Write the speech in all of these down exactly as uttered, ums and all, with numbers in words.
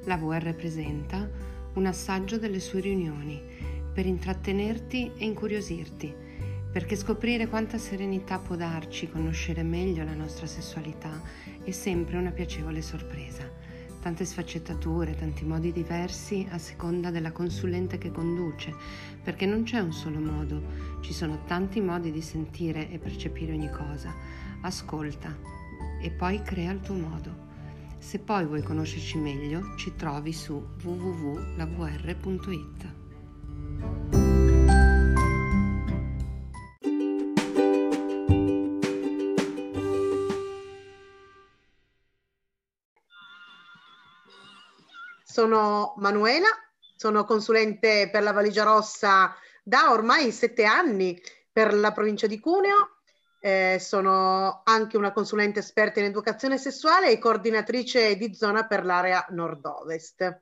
la V R presenta un assaggio delle sue riunioni per intrattenerti e incuriosirti, perché scoprire quanta serenità può darci conoscere meglio la nostra sessualità è sempre una piacevole sorpresa. Tante sfaccettature, tanti modi diversi a seconda della consulente che conduce, perché non c'è un solo modo, ci sono tanti modi di sentire e percepire ogni cosa. Ascolta e poi crea il tuo modo. Se poi vuoi conoscerci meglio, ci trovi su w w w punto la v r punto i t. Sono Manuela, sono consulente per la Valigia Rossa da ormai sette anni per la provincia di Cuneo. Eh, sono anche una consulente esperta in educazione sessuale e coordinatrice di zona per l'area nord-ovest.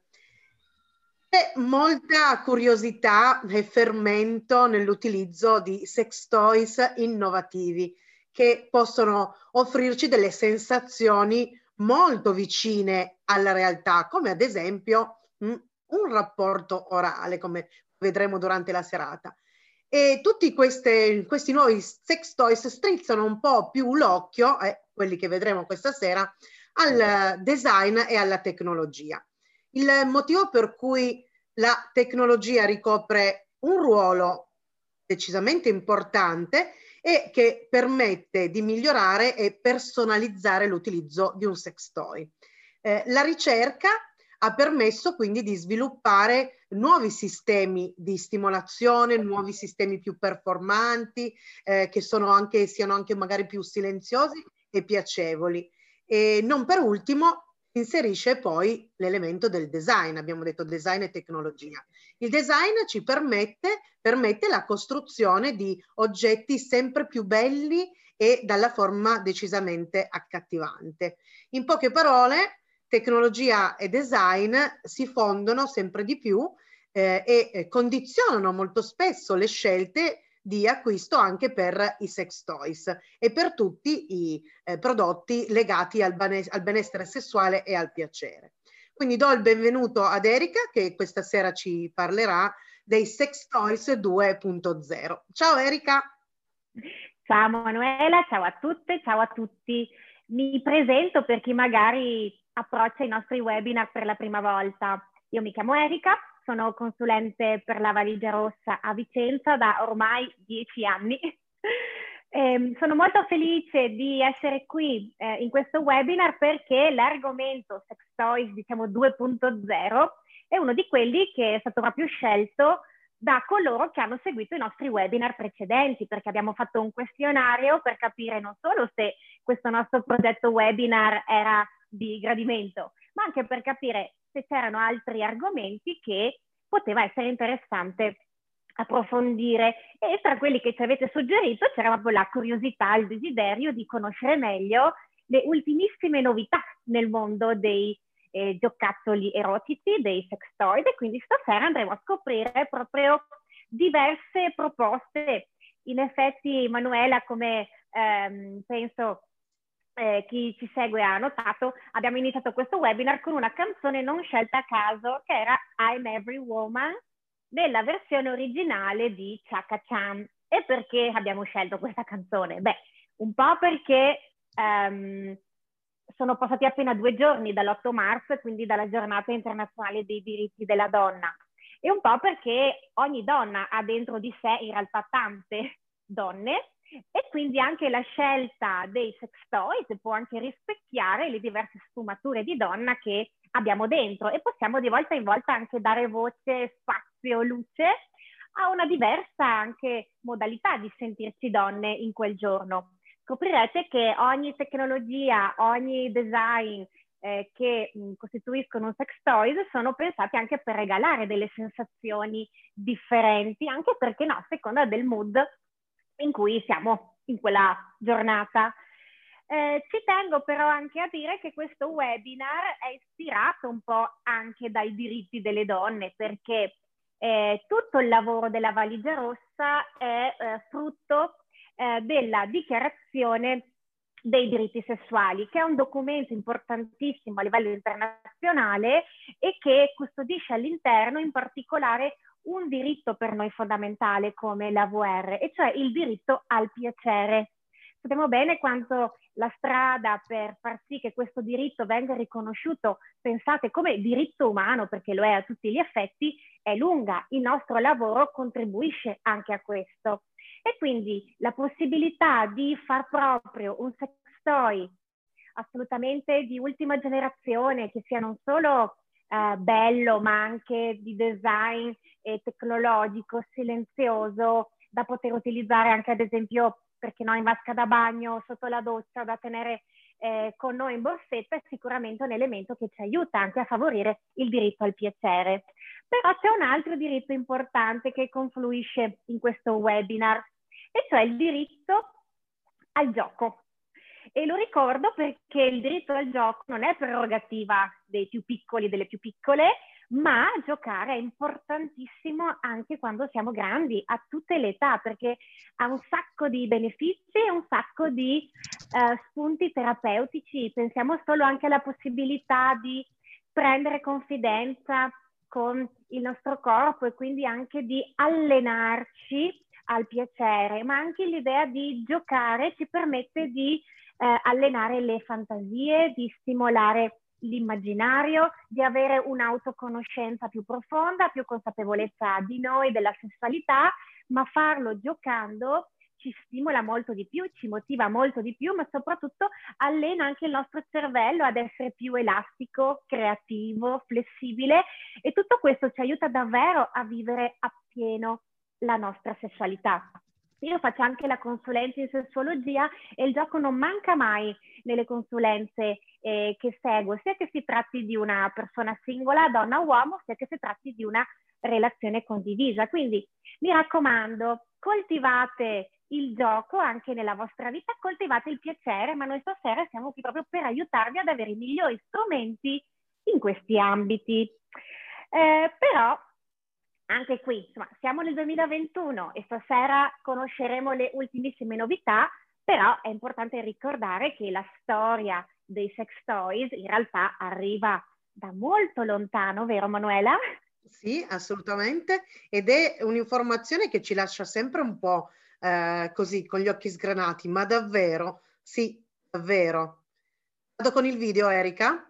C'è molta curiosità e fermento nell'utilizzo di sex toys innovativi che possono offrirci delle sensazioni molto vicine alla realtà, come ad esempio mh, un rapporto orale, come vedremo durante la serata. E tutti queste, questi nuovi sex toys strizzano un po' più l'occhio, eh, quelli che vedremo questa sera, al design e alla tecnologia. Il motivo per cui la tecnologia ricopre un ruolo decisamente importante e che permette di migliorare e personalizzare l'utilizzo di un sex toy. Eh, la ricerca ha permesso quindi di sviluppare nuovi sistemi di stimolazione, nuovi sistemi più performanti, eh, che sono anche, siano anche magari più silenziosi e piacevoli. E non per ultimo inserisce poi l'elemento del design, abbiamo detto design e tecnologia. Il design ci permette, permette la costruzione di oggetti sempre più belli e dalla forma decisamente accattivante. In poche parole, tecnologia e design si fondono sempre di più eh, e condizionano molto spesso le scelte di acquisto anche per i sex toys e per tutti i eh, prodotti legati al, al benessere sessuale e al piacere. Quindi do il benvenuto ad Erika che questa sera ci parlerà dei sex toys due punto zero. Ciao Erika! Ciao Manuela, ciao a tutte, ciao a tutti. Mi presento per chi magari approccia i nostri webinar per la prima volta. Io mi chiamo Erika, sono consulente per la Valigia Rossa a Vicenza da ormai dieci anni. eh, sono molto felice di essere qui eh, in questo webinar perché l'argomento sex toys, diciamo due punto zero, è uno di quelli che è stato proprio scelto da coloro che hanno seguito i nostri webinar precedenti, perché abbiamo fatto un questionario per capire non solo se questo nostro progetto webinar era di gradimento, ma anche per capire se c'erano altri argomenti che poteva essere interessante approfondire. E tra quelli che ci avete suggerito c'era proprio la curiosità, il desiderio di conoscere meglio le ultimissime novità nel mondo dei Eh, giocattoli erotici, dei sex toys, e quindi stasera andremo a scoprire proprio diverse proposte. In effetti, Manuela, come ehm, penso eh, chi ci segue ha notato, abbiamo iniziato questo webinar con una canzone non scelta a caso, che era I'm Every Woman, nella versione originale di Chaka Chan. E perché abbiamo scelto questa canzone? Beh, un po' perché ehm, sono passati appena due giorni dall'otto marzo, quindi dalla giornata internazionale dei diritti della donna, e un po' perché ogni donna ha dentro di sé in realtà tante donne, e quindi anche la scelta dei sex toys può anche rispecchiare le diverse sfumature di donna che abbiamo dentro, e possiamo di volta in volta anche dare voce, spazio, luce a una diversa anche modalità di sentirci donne in quel giorno. Scoprirete che ogni tecnologia, ogni design eh, che mh, costituiscono un sex toys sono pensati anche per regalare delle sensazioni differenti, anche perché no, a seconda del mood in cui siamo in quella giornata. Eh, ci tengo però anche a dire che questo webinar è ispirato un po' anche dai diritti delle donne, perché eh, tutto il lavoro della Valigia Rossa è eh, frutto eh, della dichiarazione dei diritti sessuali, che è un documento importantissimo a livello internazionale e che custodisce all'interno in particolare un diritto per noi fondamentale come la V R, e cioè il diritto al piacere. Sappiamo bene quanto la strada per far sì che questo diritto venga riconosciuto, pensate, come diritto umano, perché lo è a tutti gli effetti, è lunga. Il nostro lavoro contribuisce anche a questo. E quindi la possibilità di far proprio un sex toy assolutamente di ultima generazione, che sia non solo eh, bello, ma anche di design eh, tecnologico, silenzioso, da poter utilizzare anche ad esempio, perché no, in vasca da bagno, sotto la doccia, da tenere eh, con noi in borsetta, è sicuramente un elemento che ci aiuta anche a favorire il diritto al piacere. Però c'è un altro diritto importante che confluisce in questo webinar, e cioè il diritto al gioco. E lo ricordo perché il diritto al gioco non è prerogativa dei più piccoli e delle più piccole, ma giocare è importantissimo anche quando siamo grandi, a tutte le età, perché ha un sacco di benefici e un sacco di eh, spunti terapeutici. Pensiamo solo anche alla possibilità di prendere confidenza con il nostro corpo e quindi anche di allenarci al piacere, ma anche l'idea di giocare ci permette di eh, allenare le fantasie, di stimolare l'immaginario, di avere un'autoconoscenza più profonda, più consapevolezza di noi, della sessualità, ma farlo giocando ci stimola molto di più, ci motiva molto di più, ma soprattutto allena anche il nostro cervello ad essere più elastico, creativo, flessibile, e tutto questo ci aiuta davvero a vivere appieno la nostra sessualità. Io faccio anche la consulenza in sessuologia e il gioco non manca mai nelle consulenze eh, che seguo, sia che si tratti di una persona singola, donna o uomo, sia che si tratti di una relazione condivisa. Quindi mi raccomando, coltivate il gioco anche nella vostra vita, coltivate il piacere, ma noi stasera siamo qui proprio per aiutarvi ad avere i migliori strumenti in questi ambiti. Eh, però anche qui, insomma, siamo nel duemilaventuno e stasera conosceremo le ultimissime novità, però è importante ricordare che la storia dei sex toys in realtà arriva da molto lontano, vero Manuela? Sì, assolutamente, ed è un'informazione che ci lascia sempre un po' eh, così, con gli occhi sgranati, ma davvero, sì, davvero. Vado con il video, Erika?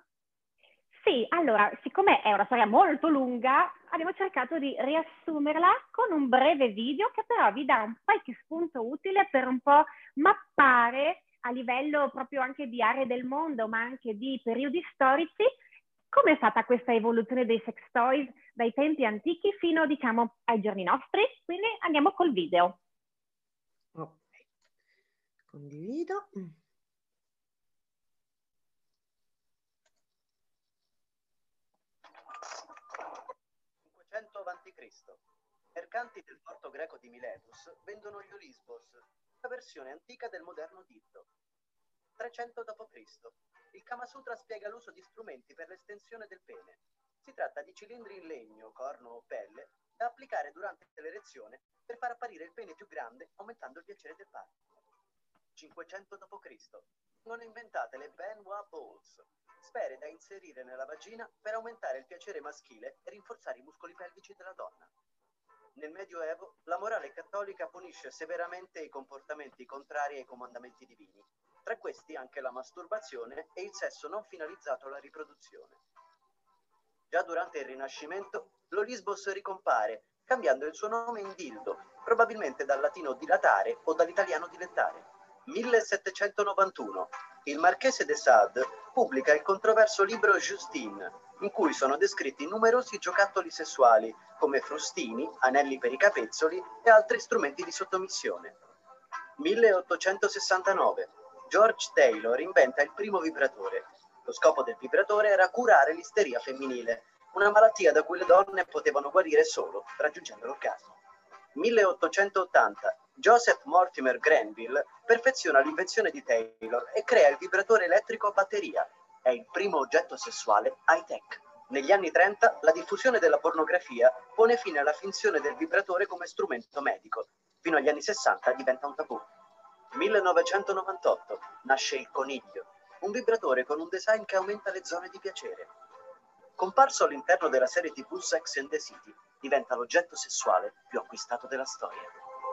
Sì, allora, siccome è una storia molto lunga, abbiamo cercato di riassumerla con un breve video che però vi dà un qualche spunto utile per un po' mappare a livello proprio anche di aree del mondo, ma anche di periodi storici, come è stata questa evoluzione dei sex toys dai tempi antichi fino, diciamo, ai giorni nostri. Quindi andiamo col video. Ok, condivido. cinquecento avanti Cristo Mercanti del porto greco di Miletus vendono gli Olisbos, una versione antica del moderno dildo. trecento dopo Cristo Il Kama Sutra spiega l'uso di strumenti per l'estensione del pene. Si tratta di cilindri in legno, corno o pelle da applicare durante l'erezione per far apparire il pene più grande, aumentando il piacere del partner. cinquecento dopo Cristo Vengono inventate le Benoit Balls, sfere da inserire nella vagina per aumentare il piacere maschile e rinforzare i muscoli pelvici della donna. Nel Medioevo, la morale cattolica punisce severamente i comportamenti contrari ai comandamenti divini, tra questi anche la masturbazione e il sesso non finalizzato alla riproduzione. Già durante il Rinascimento, l'Olisbos ricompare, cambiando il suo nome in dildo, probabilmente dal latino dilatare o dall'italiano dilettare. millesettecentonovantuno Il Marchese de Sade pubblica il controverso libro Justine, in cui sono descritti numerosi giocattoli sessuali, come frustini, anelli per i capezzoli e altri strumenti di sottomissione. milleottocentosessantanove George Taylor inventa il primo vibratore. Lo scopo del vibratore era curare l'isteria femminile, una malattia da cui le donne potevano guarire solo raggiungendo l'orgasmo. milleottocentottanta Joseph Mortimer Grenville perfeziona l'invenzione di Taylor e crea il vibratore elettrico a batteria. È il primo oggetto sessuale high-tech. Negli anni trenta la diffusione della pornografia pone fine alla finzione del vibratore come strumento medico. Fino agli anni sessanta diventa un tabù. millenovecentonovantotto nasce il Coniglio, un vibratore con un design che aumenta le zone di piacere. Comparso all'interno della serie tivù Sex and the City, diventa l'oggetto sessuale più acquistato della storia.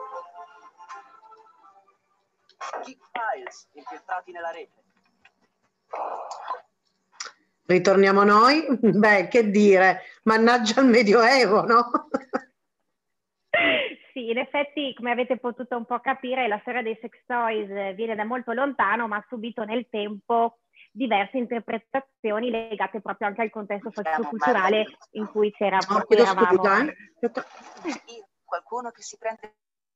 Geek Files infiltrati nella rete. Ritorniamo noi? Beh, che dire, mannaggia il Medioevo, no? Sì, in effetti, come avete potuto un po' capire, la storia dei sex toys viene da molto lontano, ma ha subito nel tempo diverse interpretazioni legate proprio anche al contesto socioculturale in cui c'era. Oh, chiedo scusa, eh? Qualcuno che si prende...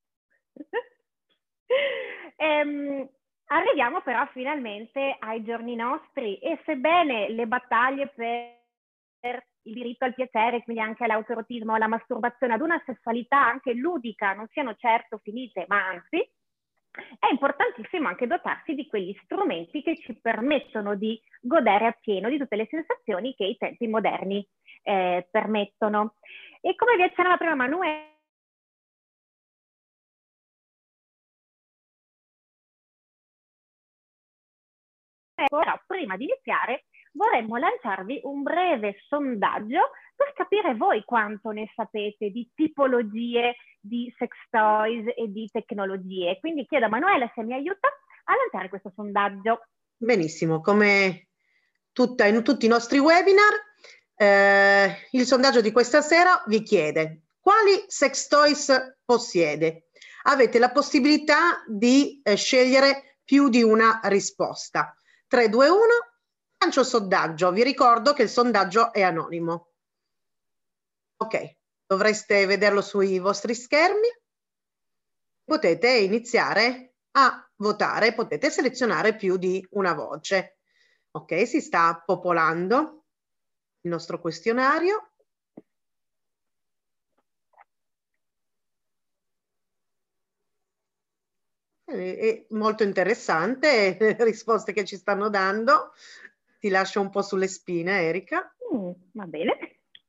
ehm, arriviamo però finalmente ai giorni nostri e sebbene le battaglie per il diritto al piacere, quindi anche all'autoerotismo, alla masturbazione, ad una sessualità anche ludica non siano certo finite, ma anzi è importantissimo anche dotarsi di quegli strumenti che ci permettono di godere appieno di tutte le sensazioni che i tempi moderni eh, permettono. E come vi accennava prima Manuela, ora, prima di iniziare, vorremmo lanciarvi un breve sondaggio per capire voi quanto ne sapete di tipologie di sex toys e di tecnologie. Quindi chiedo a Manuela se mi aiuta a lanciare questo sondaggio. Benissimo, come tutta, in tutti i nostri webinar, eh, il sondaggio di questa sera vi chiede quali sex toys possiede. Avete la possibilità di eh, scegliere più di una risposta. tre, due, uno, lancio il sondaggio. Vi ricordo che il sondaggio è anonimo. Ok, dovreste vederlo sui vostri schermi. Potete iniziare a votare, potete selezionare più di una voce. Ok, si sta popolando il nostro questionario. È molto interessante le risposte che ci stanno dando. Ti lascio un po' sulle spine, Erika. Mm, va bene.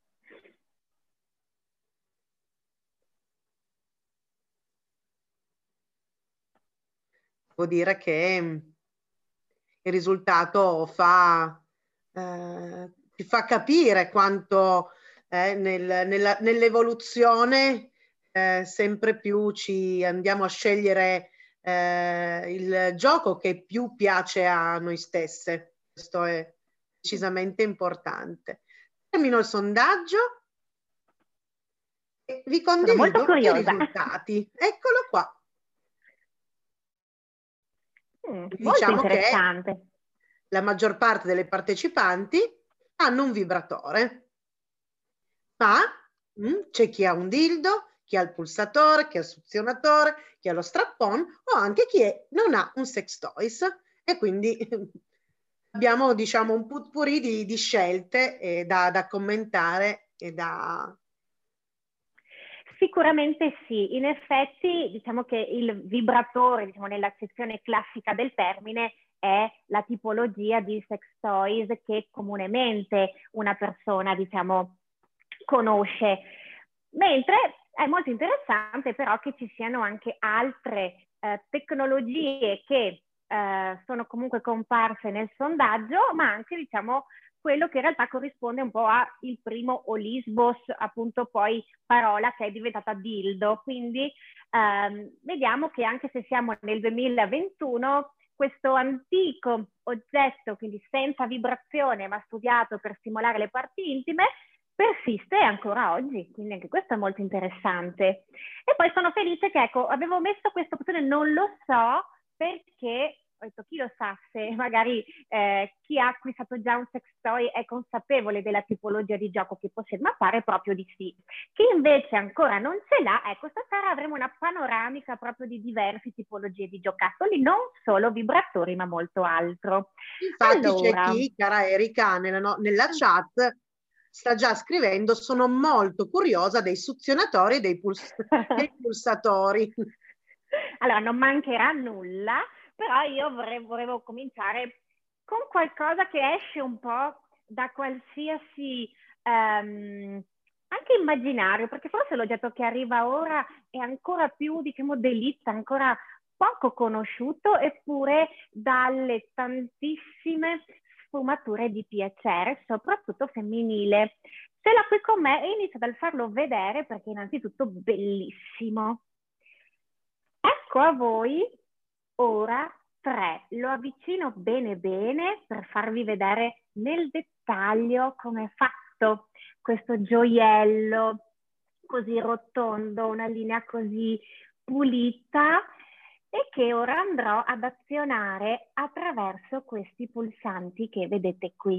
Devo dire che il risultato fa, eh, ci fa capire quanto eh, nel, nella, nell'evoluzione eh, sempre più ci andiamo a scegliere eh, il gioco che più piace a noi stesse. Questo è decisamente importante. Termino il sondaggio e vi condivido i risultati. Eccolo qua. Mm, diciamo molto interessante. Che la maggior parte delle partecipanti hanno un vibratore, ma c'è chi ha un dildo, chi ha il pulsatore, chi ha il suzionatore, chi ha lo strap-on o anche chi è, non ha un sex toys e quindi abbiamo diciamo un potpourri di, di scelte eh, da, da commentare e da... Sicuramente sì, in effetti diciamo che il vibratore, diciamo nell'accezione classica del termine, è la tipologia di sex toys che comunemente una persona diciamo conosce, mentre è molto interessante però che ci siano anche altre eh, tecnologie che eh, sono comunque comparse nel sondaggio, ma anche diciamo quello che in realtà corrisponde un po' al primo olisbos, appunto poi parola che è diventata dildo. Quindi ehm, vediamo che anche se siamo nel duemilaventuno, questo antico oggetto, quindi senza vibrazione ma studiato per stimolare le parti intime, persiste ancora oggi, quindi anche questo è molto interessante. E poi sono felice che, ecco, avevo messo questa opzione, non lo so, perché ho detto chi lo sa se magari eh, chi ha acquistato già un sex toy è consapevole della tipologia di gioco che possiede, ma pare proprio di sì. Chi invece ancora non ce l'ha, ecco, stasera avremo una panoramica proprio di diverse tipologie di giocattoli, non solo vibratori ma molto altro. Infatti allora, c'è chi, cara Erika, nella, no, nella chat sta già scrivendo: sono molto curiosa dei suzionatori e dei, puls dei pulsatori. Allora, non mancherà nulla, però io vorrei, volevo cominciare con qualcosa che esce un po' da qualsiasi um, anche immaginario, perché forse l'oggetto che arriva ora è ancora più, diciamo, delizia, ancora poco conosciuto, eppure dalle tantissime sfumature di piacere, soprattutto femminile. Ce l'ha qui con me e inizio dal farlo vedere perché innanzitutto bellissimo. Ecco a voi ora tre. Lo avvicino bene bene per farvi vedere nel dettaglio come è fatto questo gioiello così rotondo, una linea così pulita, e che ora andrò ad azionare attraverso questi pulsanti che vedete qui.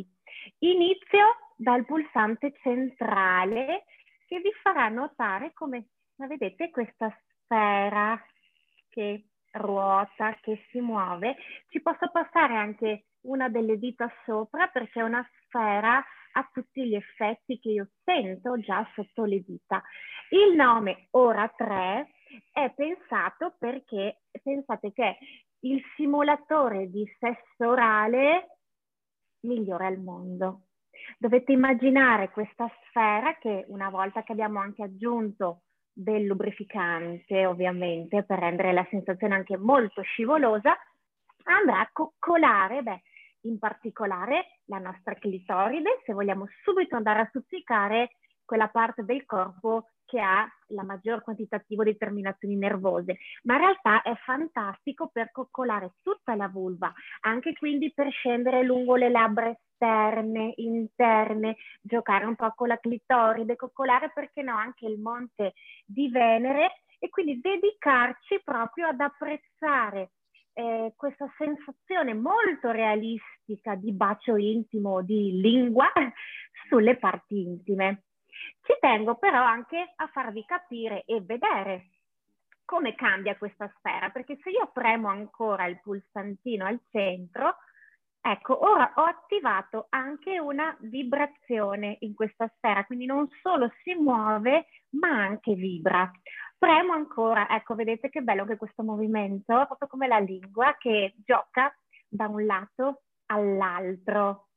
Inizio dal pulsante centrale che vi farà notare come, ma vedete, questa sfera che ruota, che si muove. Ci posso passare anche una delle dita sopra perché è una sfera a tutti gli effetti che io sento già sotto le dita. Il nome Ora tre è pensato perché pensate che il simulatore di sesso orale migliore al mondo. Dovete immaginare questa sfera che, una volta che abbiamo anche aggiunto del lubrificante, ovviamente, per rendere la sensazione anche molto scivolosa, andrà a coccolare, beh, in particolare la nostra clitoride, se vogliamo subito andare a stuzzicare quella parte del corpo che ha la maggior quantitativo di terminazioni nervose, ma in realtà è fantastico per coccolare tutta la vulva, anche quindi per scendere lungo le labbra esterne, interne, giocare un po' con la clitoride, coccolare, perché no, anche il monte di Venere, e quindi dedicarci proprio ad apprezzare eh, questa sensazione molto realistica di bacio intimo, di lingua sulle parti intime. Ci tengo però anche a farvi capire e vedere come cambia questa sfera, perché se io premo ancora il pulsantino al centro, ecco, ora ho attivato anche una vibrazione in questa sfera, quindi non solo si muove, ma anche vibra. Premo ancora, ecco, vedete che bello che questo movimento, proprio come la lingua che gioca da un lato all'altro.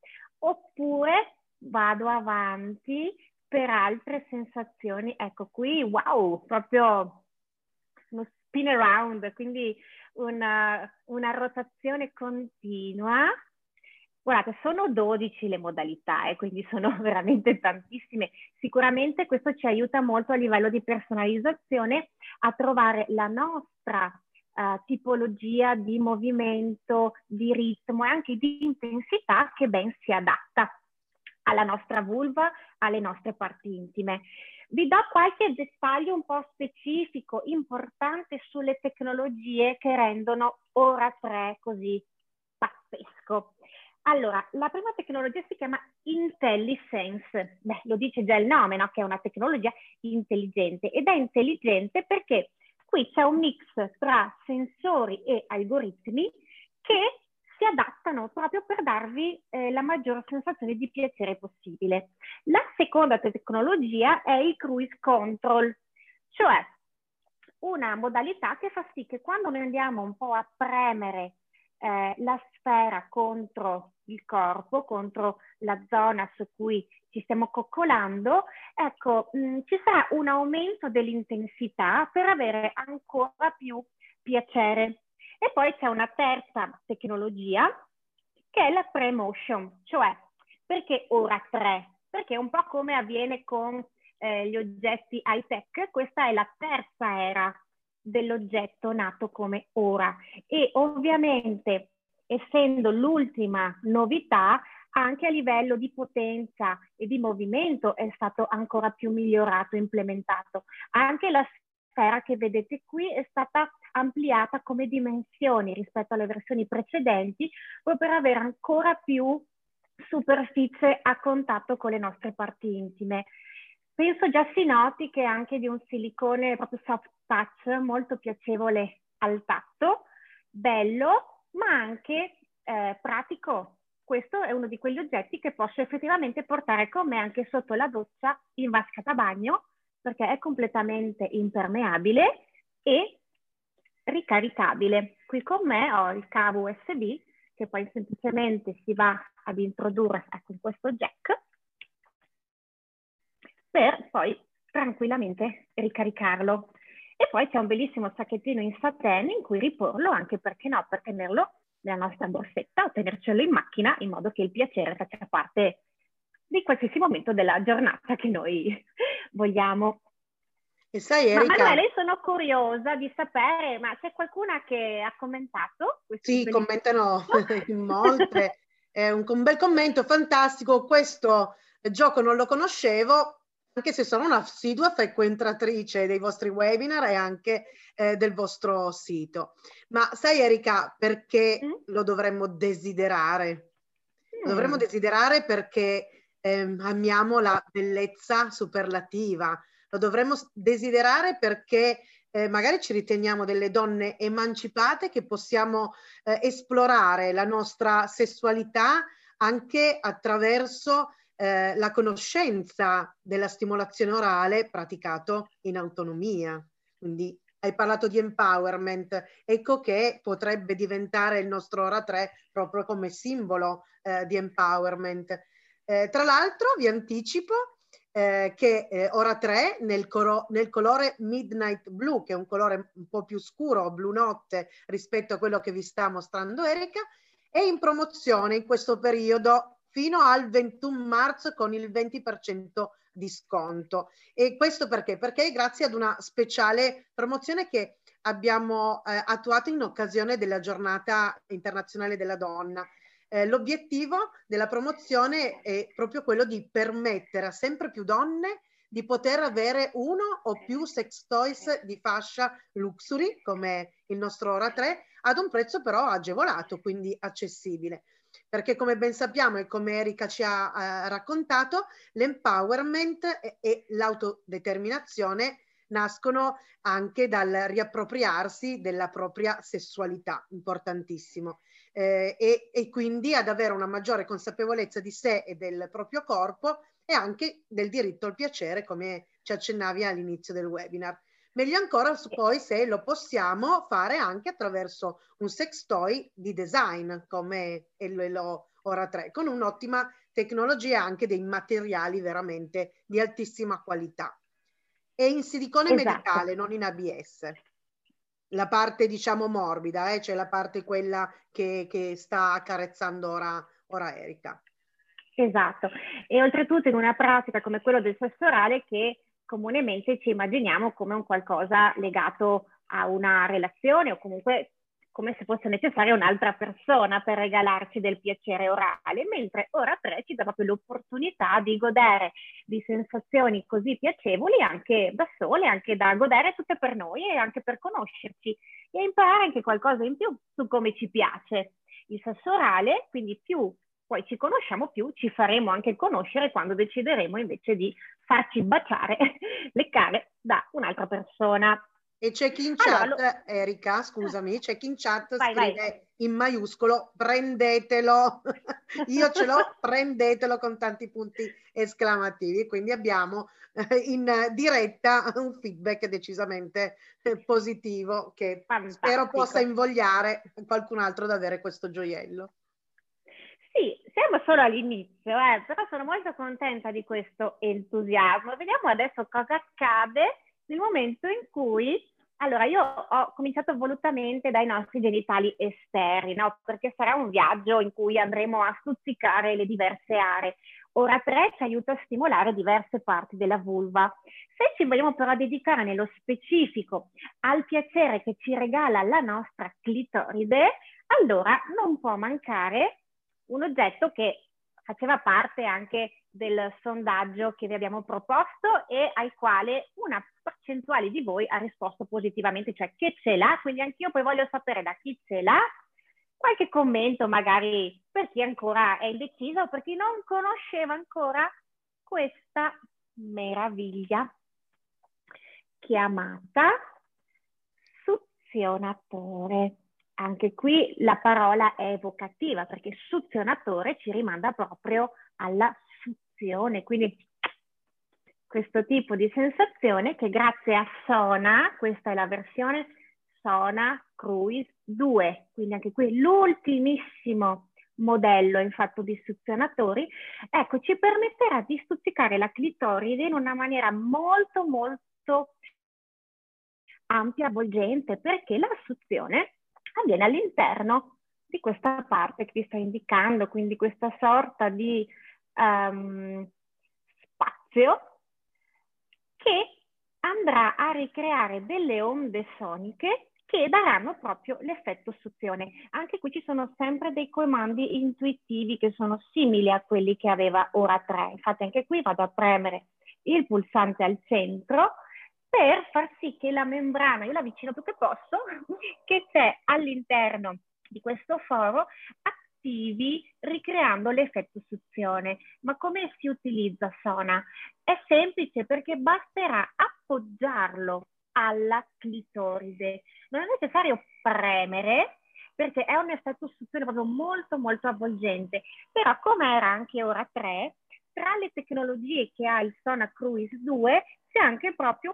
Oppure vado avanti per altre sensazioni, ecco qui, wow, proprio uno spin around, quindi una, una rotazione continua. Guardate, sono dodici le modalità e eh, quindi sono veramente tantissime. Sicuramente questo ci aiuta molto a livello di personalizzazione a trovare la nostra uh, tipologia di movimento, di ritmo e anche di intensità che ben si adatta alla nostra vulva, alle nostre parti intime. Vi do qualche dettaglio un po' specifico, importante sulle tecnologie che rendono Ora tre così pazzesco. Allora, la prima tecnologia si chiama IntelliSense. Beh, lo dice già il nome, no? Che è una tecnologia intelligente. Ed è intelligente perché qui c'è un mix tra sensori e algoritmi che si adattano proprio per darvi eh, la maggior sensazione di piacere possibile. La seconda tecnologia è il Cruise Control, cioè una modalità che fa sì che quando noi andiamo un po' a premere eh, la sfera contro il corpo, contro la zona su cui ci stiamo coccolando, ecco, mh, ci sarà un aumento dell'intensità per avere ancora più piacere. E poi c'è una terza tecnologia che è la pre-motion, cioè perché Ora tre? Perché un po' come avviene con eh, gli oggetti high-tech, questa è la terza era dell'oggetto nato come Ora e ovviamente essendo l'ultima novità anche a livello di potenza e di movimento è stato ancora più migliorato, implementato. Anche la sfera che vedete qui è stata ampliata come dimensioni rispetto alle versioni precedenti proprio per avere ancora più superficie a contatto con le nostre parti intime. Penso già si noti che è anche di un silicone proprio soft touch molto piacevole al tatto, bello ma anche eh, pratico. Questo è uno di quegli oggetti che posso effettivamente portare con me anche sotto la doccia in vasca da bagno perché è completamente impermeabile e ricaricabile. Qui con me ho il cavo U S B che poi semplicemente si va ad introdurre ecco, in questo jack per poi tranquillamente ricaricarlo. E poi c'è un bellissimo sacchettino in satè in cui riporlo, anche perché no, per tenerlo nella nostra borsetta o tenercelo in macchina, in modo che il piacere faccia parte di qualsiasi momento della giornata che noi vogliamo. E sai, Ma Erika, Manuela, io sono curiosa di sapere, ma c'è qualcuna che ha commentato questo sì, bellissimo commentano gioco? in molte, è un, un bel commento, fantastico, questo gioco non lo conoscevo, anche se sono un'assidua frequentatrice dei vostri webinar e anche eh, del vostro sito. Ma sai, Erika, perché Mm? lo dovremmo desiderare? Lo dovremmo Mm. desiderare perché ehm, amiamo la bellezza superlativa, lo dovremmo desiderare perché eh, magari ci riteniamo delle donne emancipate che possiamo eh, esplorare la nostra sessualità anche attraverso eh, la conoscenza della stimolazione orale praticato in autonomia. Quindi hai parlato di empowerment, ecco che potrebbe diventare il nostro Ora tre proprio come simbolo eh, di empowerment. Eh, tra l'altro vi anticipo eh, che eh, Ora tre nel, nel colore Midnight Blue, che è un colore un po' più scuro, blu notte, rispetto a quello che vi sta mostrando Erika, è in promozione in questo periodo fino al ventuno marzo con il venti per cento di sconto. E questo perché? Perché grazie ad una speciale promozione che abbiamo eh, attuato in occasione della giornata internazionale della donna. Eh, l'obiettivo della promozione è proprio quello di permettere a sempre più donne di poter avere uno o più sex toys di fascia luxury, come il nostro Ora tre, ad un prezzo però agevolato, quindi accessibile. Perché come ben sappiamo e come Erika ci ha eh, raccontato, l'empowerment e, e l'autodeterminazione nascono anche dal riappropriarsi della propria sessualità, importantissimo. Eh, e, e quindi ad avere una maggiore consapevolezza di sé e del proprio corpo e anche del diritto al piacere, come ci accennavi all'inizio del webinar. Meglio ancora poi se lo possiamo fare anche attraverso un sex toy di design come è lo Ora tre, con un'ottima tecnologia anche dei materiali veramente di altissima qualità. È in silicone Esatto. medicale, non in A B S. La parte diciamo morbida, eh, cioè la parte quella che, che sta accarezzando ora, ora Erika. Esatto, e oltretutto in una pratica come quello del sesso orale che comunemente ci immaginiamo come un qualcosa legato a una relazione o comunque come se fosse necessaria un'altra persona per regalarci del piacere orale, mentre Ora tre ci dà proprio l'opportunità di godere di sensazioni così piacevoli anche da sole, anche da godere tutte per noi e anche per conoscerci e imparare anche qualcosa in più su come ci piace il sesso orale, quindi più poi ci conosciamo più, ci faremo anche conoscere quando decideremo invece di farci baciare, leccare da un'altra persona. E c'è chi in allora, chat, lo... Erika, scusami, c'è chi in chat vai, scrive vai. in maiuscolo, prendetelo, io ce l'ho, prendetelo con tanti punti esclamativi, quindi abbiamo eh, in diretta un feedback decisamente eh, positivo che Fantastico. Spero possa invogliare qualcun altro ad avere questo gioiello. Sì, siamo solo all'inizio, eh, però sono molto contenta di questo entusiasmo. Vediamo adesso cosa accade nel momento in cui, allora io ho cominciato volutamente dai nostri genitali esterni, no? Perché sarà un viaggio in cui andremo a stuzzicare le diverse aree. Ora tre ci aiuta a stimolare diverse parti della vulva. Se ci vogliamo però dedicare nello specifico al piacere che ci regala la nostra clitoride, allora non può mancare un oggetto che faceva parte anche del sondaggio che vi abbiamo proposto e al quale una percentuale di voi ha risposto positivamente, cioè che ce l'ha, quindi anch'io poi voglio sapere da chi ce l'ha, qualche commento magari per chi ancora è indeciso o per chi non conosceva ancora questa meraviglia chiamata suzionatore. Anche qui la parola è evocativa perché suzionatore ci rimanda proprio alla suzione, quindi questo tipo di sensazione che grazie a Sona, questa è la versione Sona Cruise due, quindi anche qui l'ultimissimo modello in fatto di suzionatori, ecco, ci permetterà di stuzzicare la clitoride in una maniera molto molto ampia, avvolgente, perché la suzione avviene all'interno di questa parte che vi sto indicando, quindi questa sorta di um, spazio che andrà a ricreare delle onde soniche che daranno proprio l'effetto suzione. Anche qui ci sono sempre dei comandi intuitivi che sono simili a quelli che aveva ora tre. Infatti anche qui vado a premere il pulsante al centro per far sì che la membrana, io la avvicino più che posso, che c'è all'interno di questo foro, attivi ricreando l'effetto suzione. Ma come si utilizza Sona? È semplice, perché basterà appoggiarlo alla clitoride. Non è necessario premere, perché è un effetto suzione proprio molto molto avvolgente. Però, come era anche ora tre, tra le tecnologie che ha il Sona Cruise due c'è anche proprio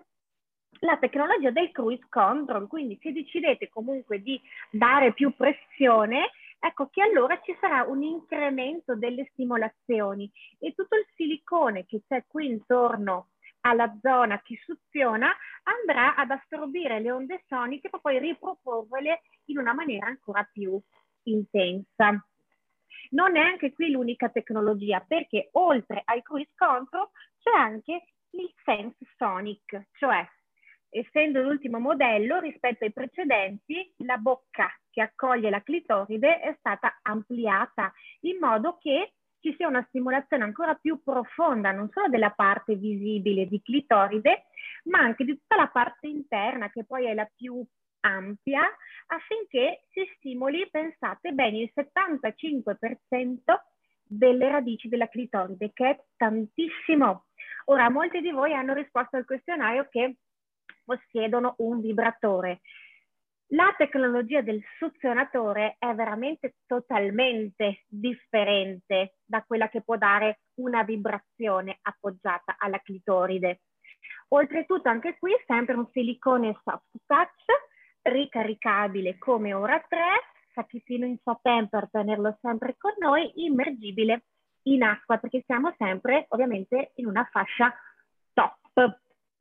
la tecnologia del cruise control, quindi se decidete comunque di dare più pressione, ecco che allora ci sarà un incremento delle stimolazioni e tutto il silicone che c'è qui intorno alla zona che suziona andrà ad assorbire le onde soniche per poi riproporvele in una maniera ancora più intensa. Non è anche qui l'unica tecnologia, perché oltre al cruise control c'è anche il Sense Sonic, cioè essendo l'ultimo modello rispetto ai precedenti, la bocca che accoglie la clitoride è stata ampliata in modo che ci sia una stimolazione ancora più profonda, non solo della parte visibile di clitoride, ma anche di tutta la parte interna, che poi è la più ampia, affinché si stimoli, pensate bene, il settantacinque per cento delle radici della clitoride, che è tantissimo. Ora, molti di voi hanno risposto al questionario che possiedono un vibratore. La tecnologia del suzionatore è veramente totalmente differente da quella che può dare una vibrazione appoggiata alla clitoride. Oltretutto anche qui sempre un silicone soft touch, ricaricabile come ora tre, sacchettino in satin per tenerlo sempre con noi, immergibile in acqua, perché siamo sempre ovviamente in una fascia top.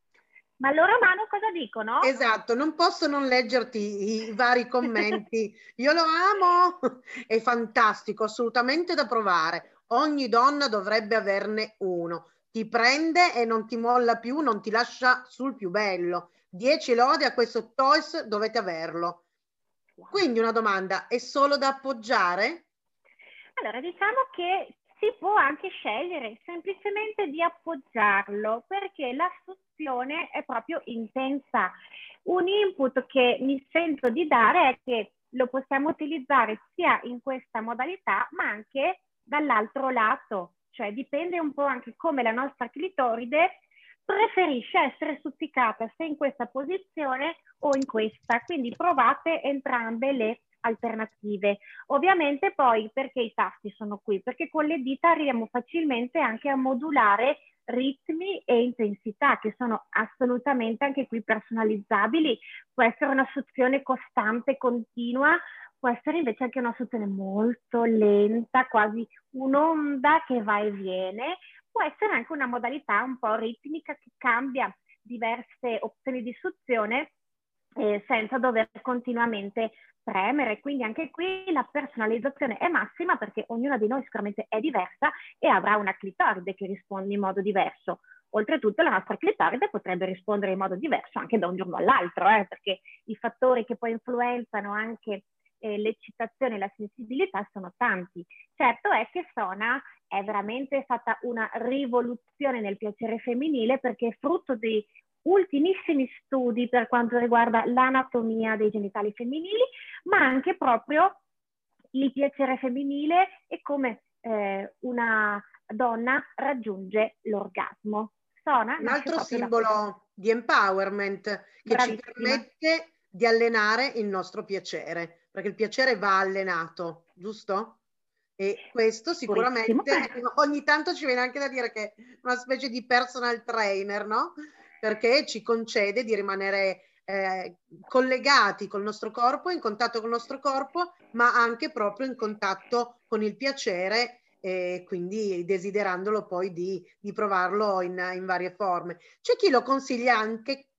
Ma loro Manu cosa dicono? Esatto, non posso non leggerti i vari commenti. Io lo amo, è fantastico, assolutamente da provare. Ogni donna dovrebbe averne uno. Ti prende e non ti molla più, non ti lascia sul più bello. dieci lode a questo Toys, dovete averlo. Quindi una domanda, è solo da appoggiare? Allora, diciamo che si può anche scegliere semplicemente di appoggiarlo, perché la suzione è proprio intensa. Un input che mi sento di dare è che lo possiamo utilizzare sia in questa modalità, ma anche dall'altro lato, cioè dipende un po' anche come la nostra clitoride preferisce essere stuzzicata, se in questa posizione o in questa, quindi provate entrambe le alternative. Ovviamente poi perché i tasti sono qui? Perché con le dita arriviamo facilmente anche a modulare ritmi e intensità che sono assolutamente anche qui personalizzabili. Può essere una suzione costante, continua, può essere invece anche una suzione molto lenta, quasi un'onda che va e viene, può essere anche una modalità un po' ritmica che cambia diverse opzioni di suzione eh, senza dover continuamente premere. Quindi anche qui la personalizzazione è massima, perché ognuna di noi sicuramente è diversa e avrà una clitoride che risponde in modo diverso. Oltretutto la nostra clitoride potrebbe rispondere in modo diverso anche da un giorno all'altro, eh, perché i fattori che poi influenzano anche eh, l'eccitazione e la sensibilità sono tanti. Certo è che Sona è veramente stata una rivoluzione nel piacere femminile, perché è frutto di ultimissimi studi per quanto riguarda l'anatomia dei genitali femminili, ma anche proprio il piacere femminile e come eh, una donna raggiunge l'orgasmo. Sona un altro simbolo di empowerment che Bravissima. ci permette di allenare il nostro piacere, perché il piacere va allenato, giusto? E questo sicuramente ogni tanto ci viene anche da dire che è una specie di personal trainer, no? Perché ci concede di rimanere eh, collegati col nostro corpo, in contatto con il nostro corpo, ma anche proprio in contatto con il piacere, e quindi desiderandolo poi di, di provarlo in, in varie forme. C'è chi lo consiglia anche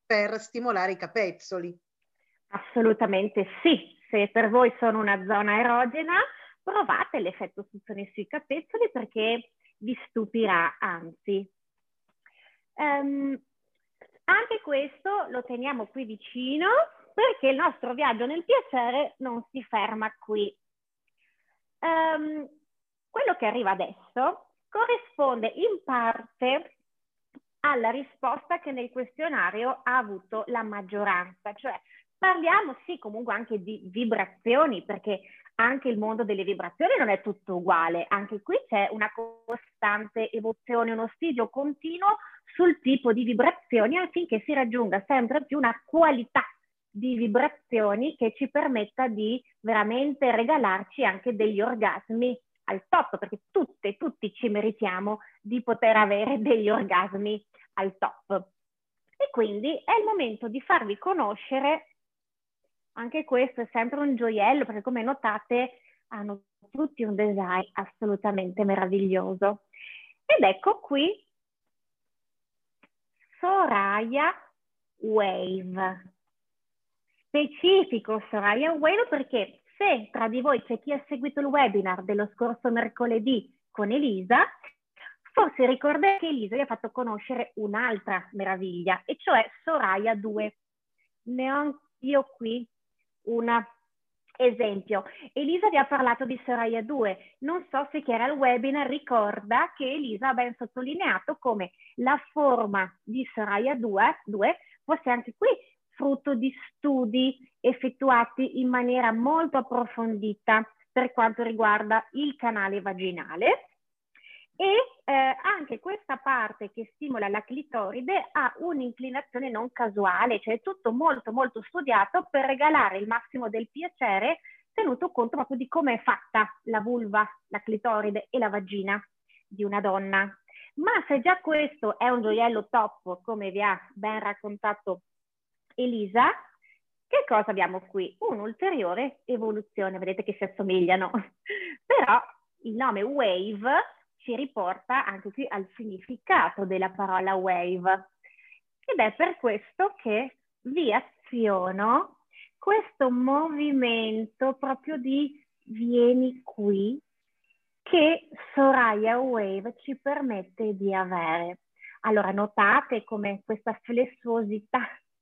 per stimolare i capezzoli. Assolutamente sì, se per voi sono una zona erogena, provate l'effetto suzione sui capezzoli perché vi stupirà, anzi. Um, anche questo lo teniamo qui vicino perché il nostro viaggio nel piacere non si ferma qui. Um, quello che arriva adesso corrisponde in parte alla risposta che nel questionario ha avuto la maggioranza, cioè parliamo sì comunque anche di vibrazioni, perché anche il mondo delle vibrazioni non è tutto uguale, anche qui c'è una costante evoluzione, uno studio continuo sul tipo di vibrazioni affinché si raggiunga sempre più una qualità di vibrazioni che ci permetta di veramente regalarci anche degli orgasmi al top, perché tutte, tutti ci meritiamo di poter avere degli orgasmi al top. E quindi è il momento di farvi conoscere, anche questo è sempre un gioiello, perché come notate hanno tutti un design assolutamente meraviglioso. Ed ecco qui Soraya Wave. Specifico Soraya Wave perché se tra di voi c'è chi ha seguito il webinar dello scorso mercoledì con Elisa, forse ricordate che Elisa vi ha fatto conoscere un'altra meraviglia, e cioè Soraya due. Ne ho io qui un esempio. Elisa vi ha parlato di Soraya due. Non so se chi era al webinar ricorda che Elisa ha ben sottolineato come la forma di Soraya due fosse anche qui frutto di studi effettuati in maniera molto approfondita per quanto riguarda il canale vaginale. E eh, anche questa parte che stimola la clitoride ha un'inclinazione non casuale, cioè è tutto molto molto studiato per regalare il massimo del piacere, tenuto conto proprio di come è fatta la vulva, la clitoride e la vagina di una donna. Ma se già questo è un gioiello top, come vi ha ben raccontato Elisa, che cosa abbiamo qui? Un'ulteriore evoluzione, vedete che si assomigliano, però il nome wave ci riporta anche qui al significato della parola wave. Ed è per questo che vi aziono questo movimento proprio di vieni qui che Soraya Wave ci permette di avere. Allora notate come questa flessuosità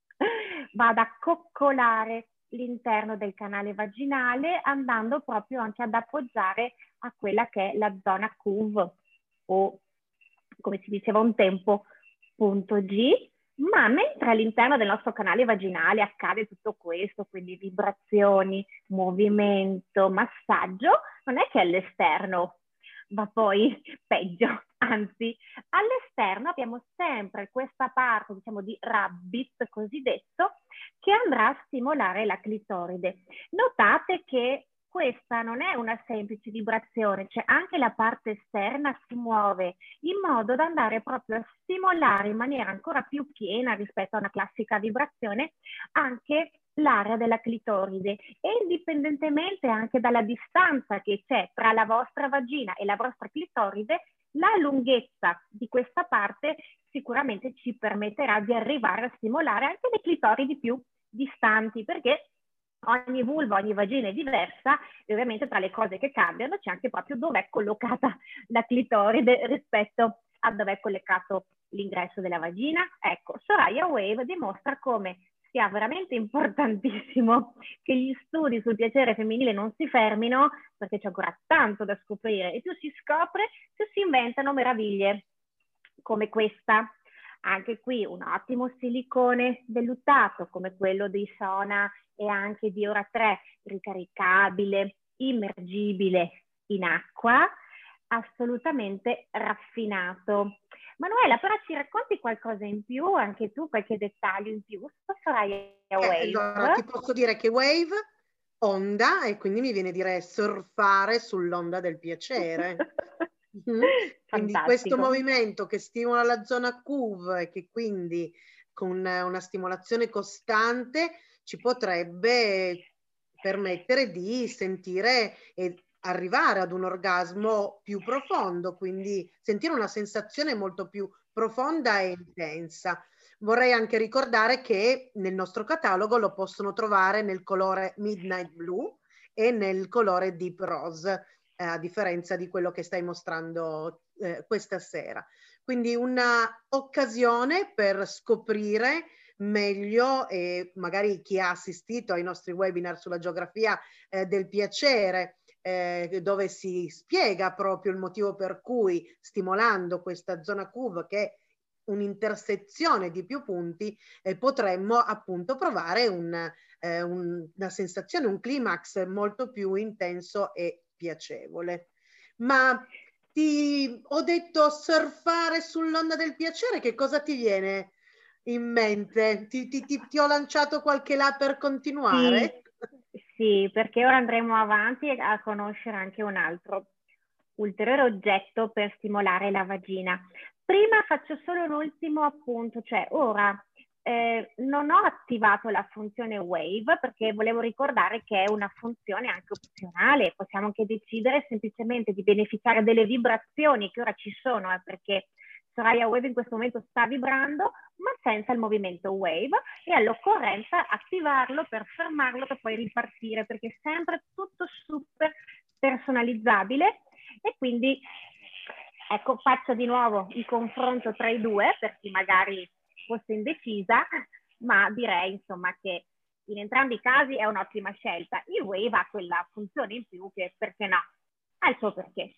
va ad accoccolare l'interno del canale vaginale, andando proprio anche ad appoggiare a quella che è la zona C U V o, come si diceva un tempo, punto G. Ma mentre all'interno del nostro canale vaginale accade tutto questo, quindi vibrazioni, movimento, massaggio, non è che all'esterno va poi peggio, anzi all'esterno abbiamo sempre questa parte, diciamo, di rabbit cosiddetto, che andrà a stimolare la clitoride. Notate che questa non è una semplice vibrazione, cioè anche la parte esterna si muove in modo da andare proprio a stimolare in maniera ancora più piena rispetto a una classica vibrazione anche l'area della clitoride, e indipendentemente anche dalla distanza che c'è tra la vostra vagina e la vostra clitoride, la lunghezza di questa parte sicuramente ci permetterà di arrivare a stimolare anche le clitoridi più distanti, perché ogni vulva, ogni vagina è diversa e ovviamente tra le cose che cambiano c'è anche proprio dove è collocata la clitoride rispetto a dove è collocato l'ingresso della vagina. Ecco, Soraya Wave dimostra come sia veramente importantissimo che gli studi sul piacere femminile non si fermino, perché c'è ancora tanto da scoprire e più si scopre, più si inventano meraviglie come questa. Anche qui un ottimo silicone vellutato come quello di Sona e anche di Ora tre, ricaricabile, immergibile in acqua, assolutamente raffinato. Manuela, però ci racconti qualcosa in più, anche tu, qualche dettaglio in più su Soraya Wave? Eh, allora, ti posso dire che Wave onda, e quindi mi viene dire surfare sull'onda del piacere. Mm-hmm. Quindi questo movimento che stimola la zona C U V e che quindi con una stimolazione costante ci potrebbe permettere di sentire e arrivare ad un orgasmo più profondo, quindi sentire una sensazione molto più profonda e intensa. Vorrei anche ricordare che nel nostro catalogo lo possono trovare nel colore Midnight Blue e nel colore Deep Rose, eh, a differenza di quello che stai mostrando eh, questa sera. Quindi una occasione per scoprire meglio, e magari chi ha assistito ai nostri webinar sulla geografia eh, del piacere, eh, dove si spiega proprio il motivo per cui, stimolando questa zona C U V, che è un'intersezione di più punti, eh, potremmo appunto provare un, eh, un, una sensazione, un climax molto più intenso e piacevole. Ma ti ho detto surfare sull'onda del piacere, che cosa ti viene in mente? Ti, ti, ti, ti ho lanciato qualche là per continuare? Sì, sì, perché ora andremo avanti a conoscere anche un altro ulteriore oggetto per stimolare la vagina. Prima faccio solo un ultimo appunto, cioè ora eh, non ho attivato la funzione Wave perché volevo ricordare che è una funzione anche opzionale, possiamo anche decidere semplicemente di beneficiare delle vibrazioni che ora ci sono, eh, perché Soraya Wave in questo momento sta vibrando, ma senza il movimento Wave, e all'occorrenza attivarlo per fermarlo per poi ripartire, perché è sempre tutto super personalizzabile. E quindi ecco, faccio di nuovo il confronto tra i due per chi magari fosse indecisa, ma direi insomma che in entrambi i casi è un'ottima scelta. Il Wave ha quella funzione in più che, perché no, ha il suo perché.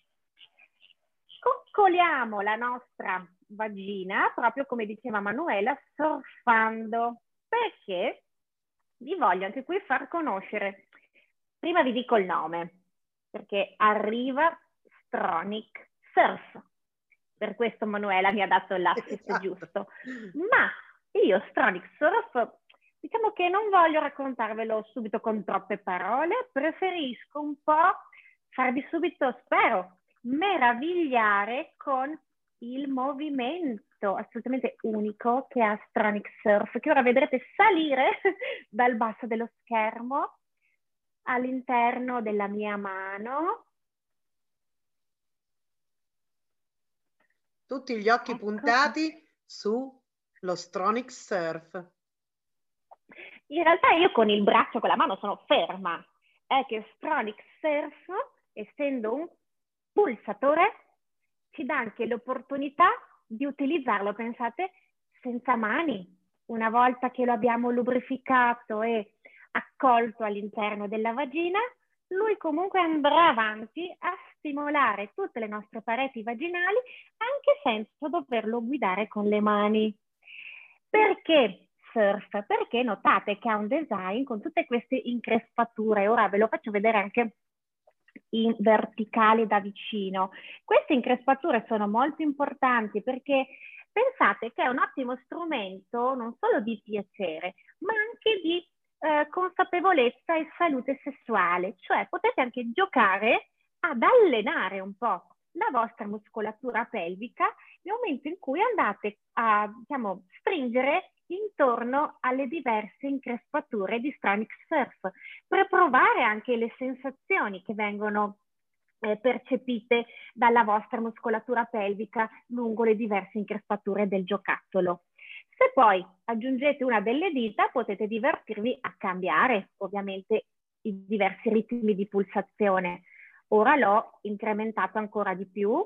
Coccoliamo la nostra vagina, proprio come diceva Manuela, surfando, perché vi voglio anche qui far conoscere. Prima vi dico il nome, perché arriva Stronic Surf. Per questo Manuela mi ha dato l'assist esatto. giusto. Ma io Stronic Surf, diciamo che non voglio raccontarvelo subito con troppe parole, preferisco un po' farvi subito, spero, meravigliare con il movimento assolutamente unico che ha Stronic Surf, che ora vedrete salire dal basso dello schermo all'interno della mia mano. Tutti gli occhi ecco. puntati sullo Stronic Surf. In realtà io con il braccio, con la mano sono ferma. È che Stronic Surf, essendo un pulsatore, ci dà anche l'opportunità di utilizzarlo, pensate, senza mani. Una volta che lo abbiamo lubrificato e accolto all'interno della vagina, lui comunque andrà avanti a stimolare tutte le nostre pareti vaginali anche senza doverlo guidare con le mani. Perché surf? Perché notate che ha un design con tutte queste increspature. Ora ve lo faccio vedere anche in verticale da vicino. Queste increspature sono molto importanti perché pensate che è un ottimo strumento non solo di piacere, ma anche di eh, consapevolezza e salute sessuale. Cioè potete anche giocare ad allenare un po' la vostra muscolatura pelvica nel momento in cui andate a, diciamo, stringere intorno alle diverse increspature di Stronic Surf, per provare anche le sensazioni che vengono eh, percepite dalla vostra muscolatura pelvica lungo le diverse increspature del giocattolo. Se poi aggiungete una delle dita, potete divertirvi a cambiare ovviamente i diversi ritmi di pulsazione. Ora l'ho incrementato ancora di più,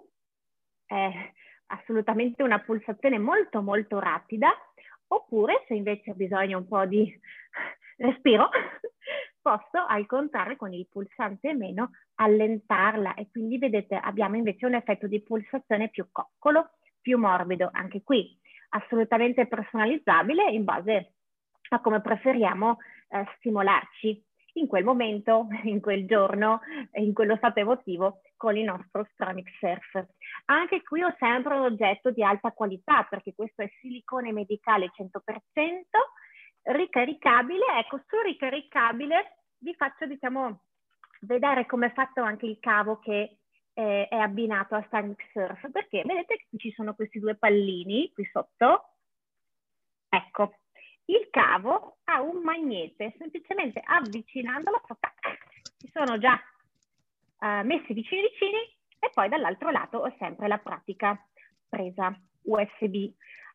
è assolutamente una pulsazione molto molto rapida. Oppure, se invece ho bisogno un po' di respiro, posso al contrario con il pulsante meno allentarla, e quindi vedete abbiamo invece un effetto di pulsazione più coccolo, più morbido. Anche qui assolutamente personalizzabile in base a come preferiamo eh, stimolarci in quel momento, in quel giorno, in quello stato emotivo con il nostro Stronic Surf. Anche qui ho sempre un oggetto di alta qualità, perché questo è silicone medicale cento per cento, ricaricabile. Ecco, sul ricaricabile vi faccio, diciamo, vedere come è fatto anche il cavo che eh, è abbinato a Stronic Surf, perché vedete che ci sono questi due pallini qui sotto. Ecco, il cavo ha un magnete, semplicemente avvicinandolo ci sono già uh, messi vicini vicini, e poi dall'altro lato ho sempre la pratica presa U S B.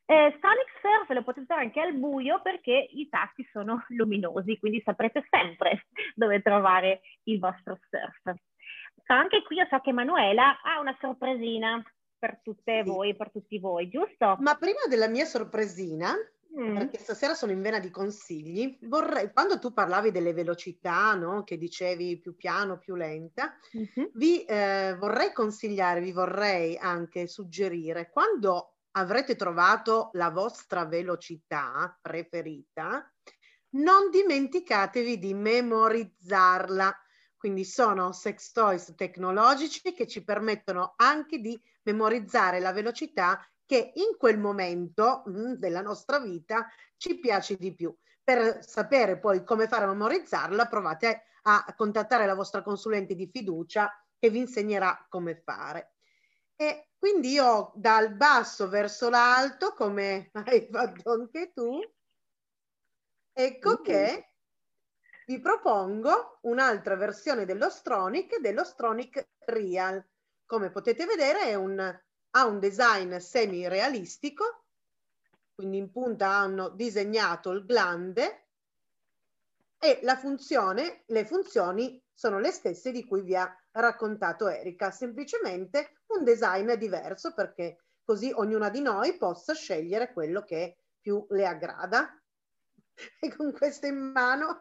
Eh, Sonic Surf lo potete usare anche al buio perché i tasti sono luminosi, quindi saprete sempre dove trovare il vostro surf. Anche qui io so che Manuela ha una sorpresina per tutte Sì. voi, per tutti voi, giusto? Ma prima della mia sorpresina, Mm. perché stasera sono in vena di consigli, vorrei, quando tu parlavi delle velocità, no? Che dicevi più piano, più lenta, Mhm. vi eh, vorrei consigliare, vi vorrei anche suggerire, quando avrete trovato la vostra velocità preferita, non dimenticatevi di memorizzarla. Quindi sono sex toys tecnologici che ci permettono anche di memorizzare la velocità che in quel momento mh, della nostra vita ci piace di più. Per sapere poi come fare a memorizzarla, provate a contattare la vostra consulente di fiducia che vi insegnerà come fare. E quindi io dal basso verso l'alto, come hai fatto anche tu, ecco Uh. che vi propongo un'altra versione dello Stronic, dello Stronic Real. Come potete vedere è un, ha un design semi-realistico, quindi in punta hanno disegnato il glande e la funzione, le funzioni sono le stesse di cui vi ha raccontato Erika, semplicemente un design diverso perché così ognuna di noi possa scegliere quello che più le aggrada. E con questo in mano...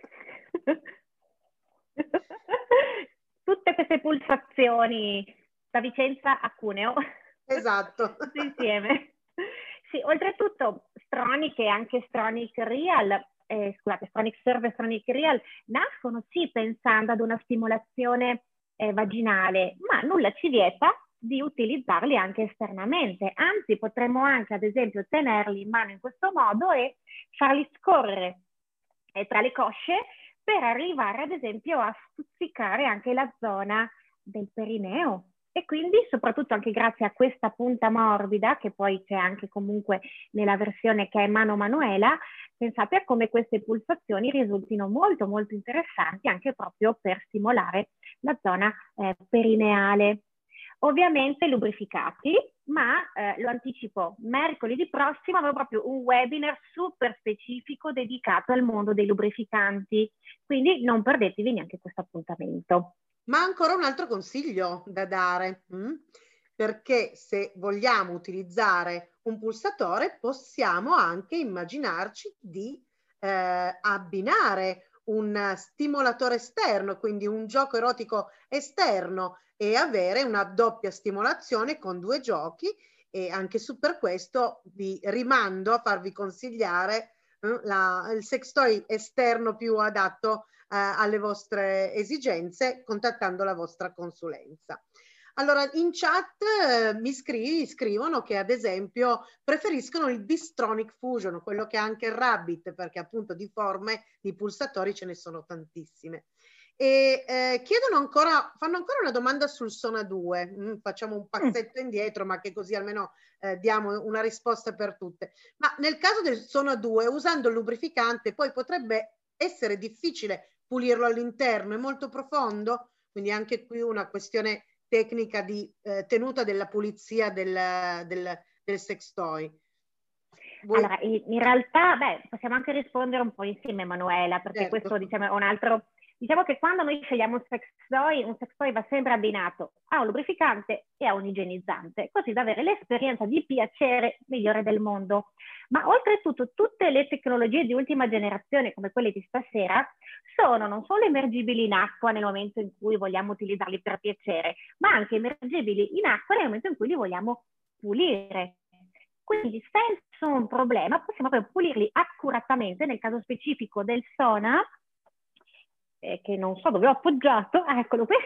Tutte queste pulsazioni da Vicenza a Cuneo. Esatto. Tutte insieme. Sì, oltretutto Stronic e anche Stronic Real, eh, scusate, Stronic Surf e Stronic Real nascono sì pensando ad una stimolazione eh, vaginale, ma nulla ci vieta di utilizzarli anche esternamente. Anzi, potremmo anche, ad esempio, tenerli in mano in questo modo e farli scorrere eh, tra le cosce per arrivare, ad esempio, a stuzzicare anche la zona del perineo. E quindi, soprattutto anche grazie a questa punta morbida, che poi c'è anche comunque nella versione che è mano Manuela, pensate a come queste pulsazioni risultino molto molto interessanti anche proprio per stimolare la zona eh, perineale. Ovviamente lubrificati, ma eh, lo anticipo, mercoledì prossimo avrò proprio un webinar super specifico dedicato al mondo dei lubrificanti, quindi non perdetevi neanche questo appuntamento. Ma ancora un altro consiglio da dare, mh? Perché se vogliamo utilizzare un pulsatore possiamo anche immaginarci di eh, abbinare un stimolatore esterno, quindi un gioco erotico esterno e avere una doppia stimolazione con due giochi e anche su per questo vi rimando a farvi consigliare eh, la, il sex toy esterno più adatto eh, alle vostre esigenze contattando la vostra consulenza. Allora in chat eh, mi scrivi, scrivono che ad esempio preferiscono il Bistronic Fusion, quello che ha anche il Rabbit, perché appunto di forme, di pulsatori ce ne sono tantissime. E eh, chiedono ancora, fanno ancora una domanda sul Sona due, mm, facciamo un passetto indietro ma che così almeno eh, diamo una risposta per tutte. Ma nel caso del Sona due, usando il lubrificante poi potrebbe essere difficile pulirlo all'interno, è molto profondo, quindi anche qui una questione tecnica di eh, tenuta della pulizia del, del, del sex toy. Voi... Allora, in realtà, beh, possiamo anche rispondere un po' insieme, Manuela, perché certo. questo diciamo, è un altro... Diciamo che quando noi scegliamo un sex toy, un sex toy va sempre abbinato a un lubrificante e a un igienizzante, così da avere l'esperienza di piacere migliore del mondo. Ma oltretutto tutte le tecnologie di ultima generazione, come quelle di stasera, sono non solo emergibili in acqua nel momento in cui vogliamo utilizzarli per piacere, ma anche emergibili in acqua nel momento in cui li vogliamo pulire. Quindi senza un problema possiamo proprio pulirli accuratamente, nel caso specifico del Sona, eh, che non so dove ho appoggiato, ah, eccolo qui,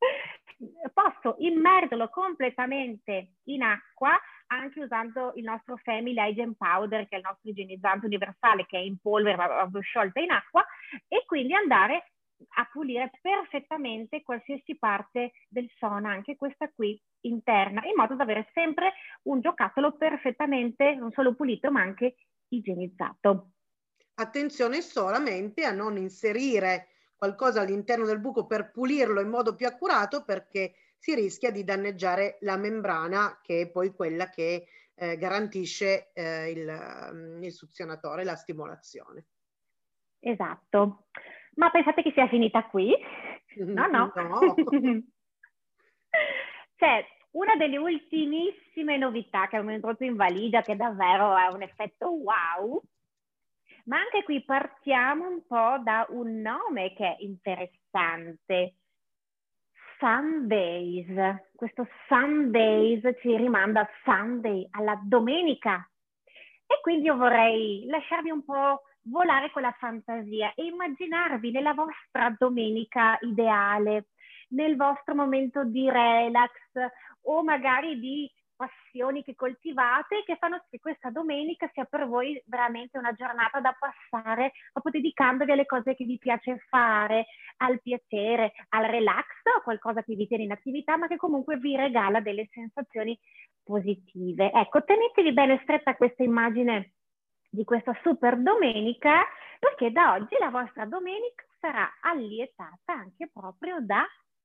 posso immergerlo completamente in acqua anche usando il nostro Family Hygiene Powder, che è il nostro igienizzante universale, che è in polvere ma sciolta in acqua, e quindi andare a pulire perfettamente qualsiasi parte del Sona, anche questa qui interna, in modo da avere sempre un giocattolo perfettamente non solo pulito ma anche igienizzato. Attenzione solamente a non inserire qualcosa all'interno del buco per pulirlo in modo più accurato, perché si rischia di danneggiare la membrana, che è poi quella che eh, garantisce eh, il, il suzionatore, la stimolazione. Esatto. Ma pensate che sia finita qui? No, no. No. C'è una delle ultimissime novità che abbiamo introdotto in valigia, che davvero ha un effetto wow, ma anche qui partiamo un po' da un nome che è interessante. Sundays. Questo Sundays ci rimanda a Sunday, alla domenica. E quindi io vorrei lasciarvi un po' volare con la fantasia e immaginarvi nella vostra domenica ideale, nel vostro momento di relax o magari di passioni che coltivate, che fanno sì che questa domenica sia per voi veramente una giornata da passare proprio dedicandovi alle cose che vi piace fare, al piacere, al relax o qualcosa che vi tiene in attività ma che comunque vi regala delle sensazioni positive. Ecco, tenetevi bene stretta questa immagine di questa super domenica, perché da oggi la vostra domenica sarà allietata anche proprio da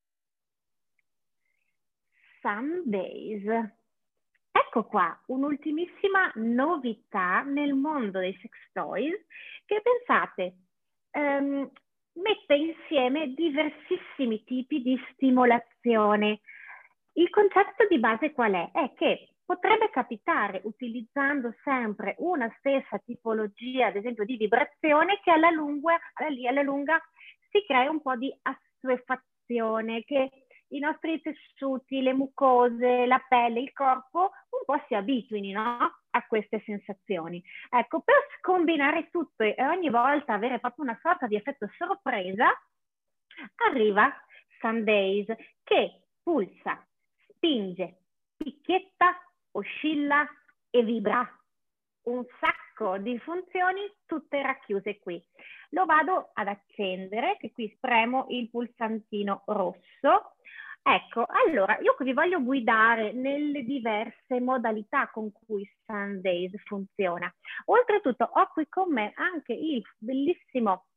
Sundays. Ecco qua un'ultimissima novità nel mondo dei sex toys che pensate ehm, mette insieme diversissimi tipi di stimolazione. Il concetto di base qual è? È che potrebbe capitare, utilizzando sempre una stessa tipologia, ad esempio di vibrazione, che alla lunga, alla lunga si crea un po' di assuefazione, che i nostri tessuti, le mucose, la pelle, il corpo un po' si abituino, no? A queste sensazioni. Ecco, per scombinare tutto e ogni volta avere proprio una sorta di effetto sorpresa, arriva Sundays che pulsa, spinge, picchietta, oscilla e vibra. Un sacco di funzioni tutte racchiuse qui. Lo vado ad accendere, che qui spremo il pulsantino rosso. Ecco, allora io vi voglio guidare nelle diverse modalità con cui Sundays funziona. Oltretutto ho qui con me anche il bellissimo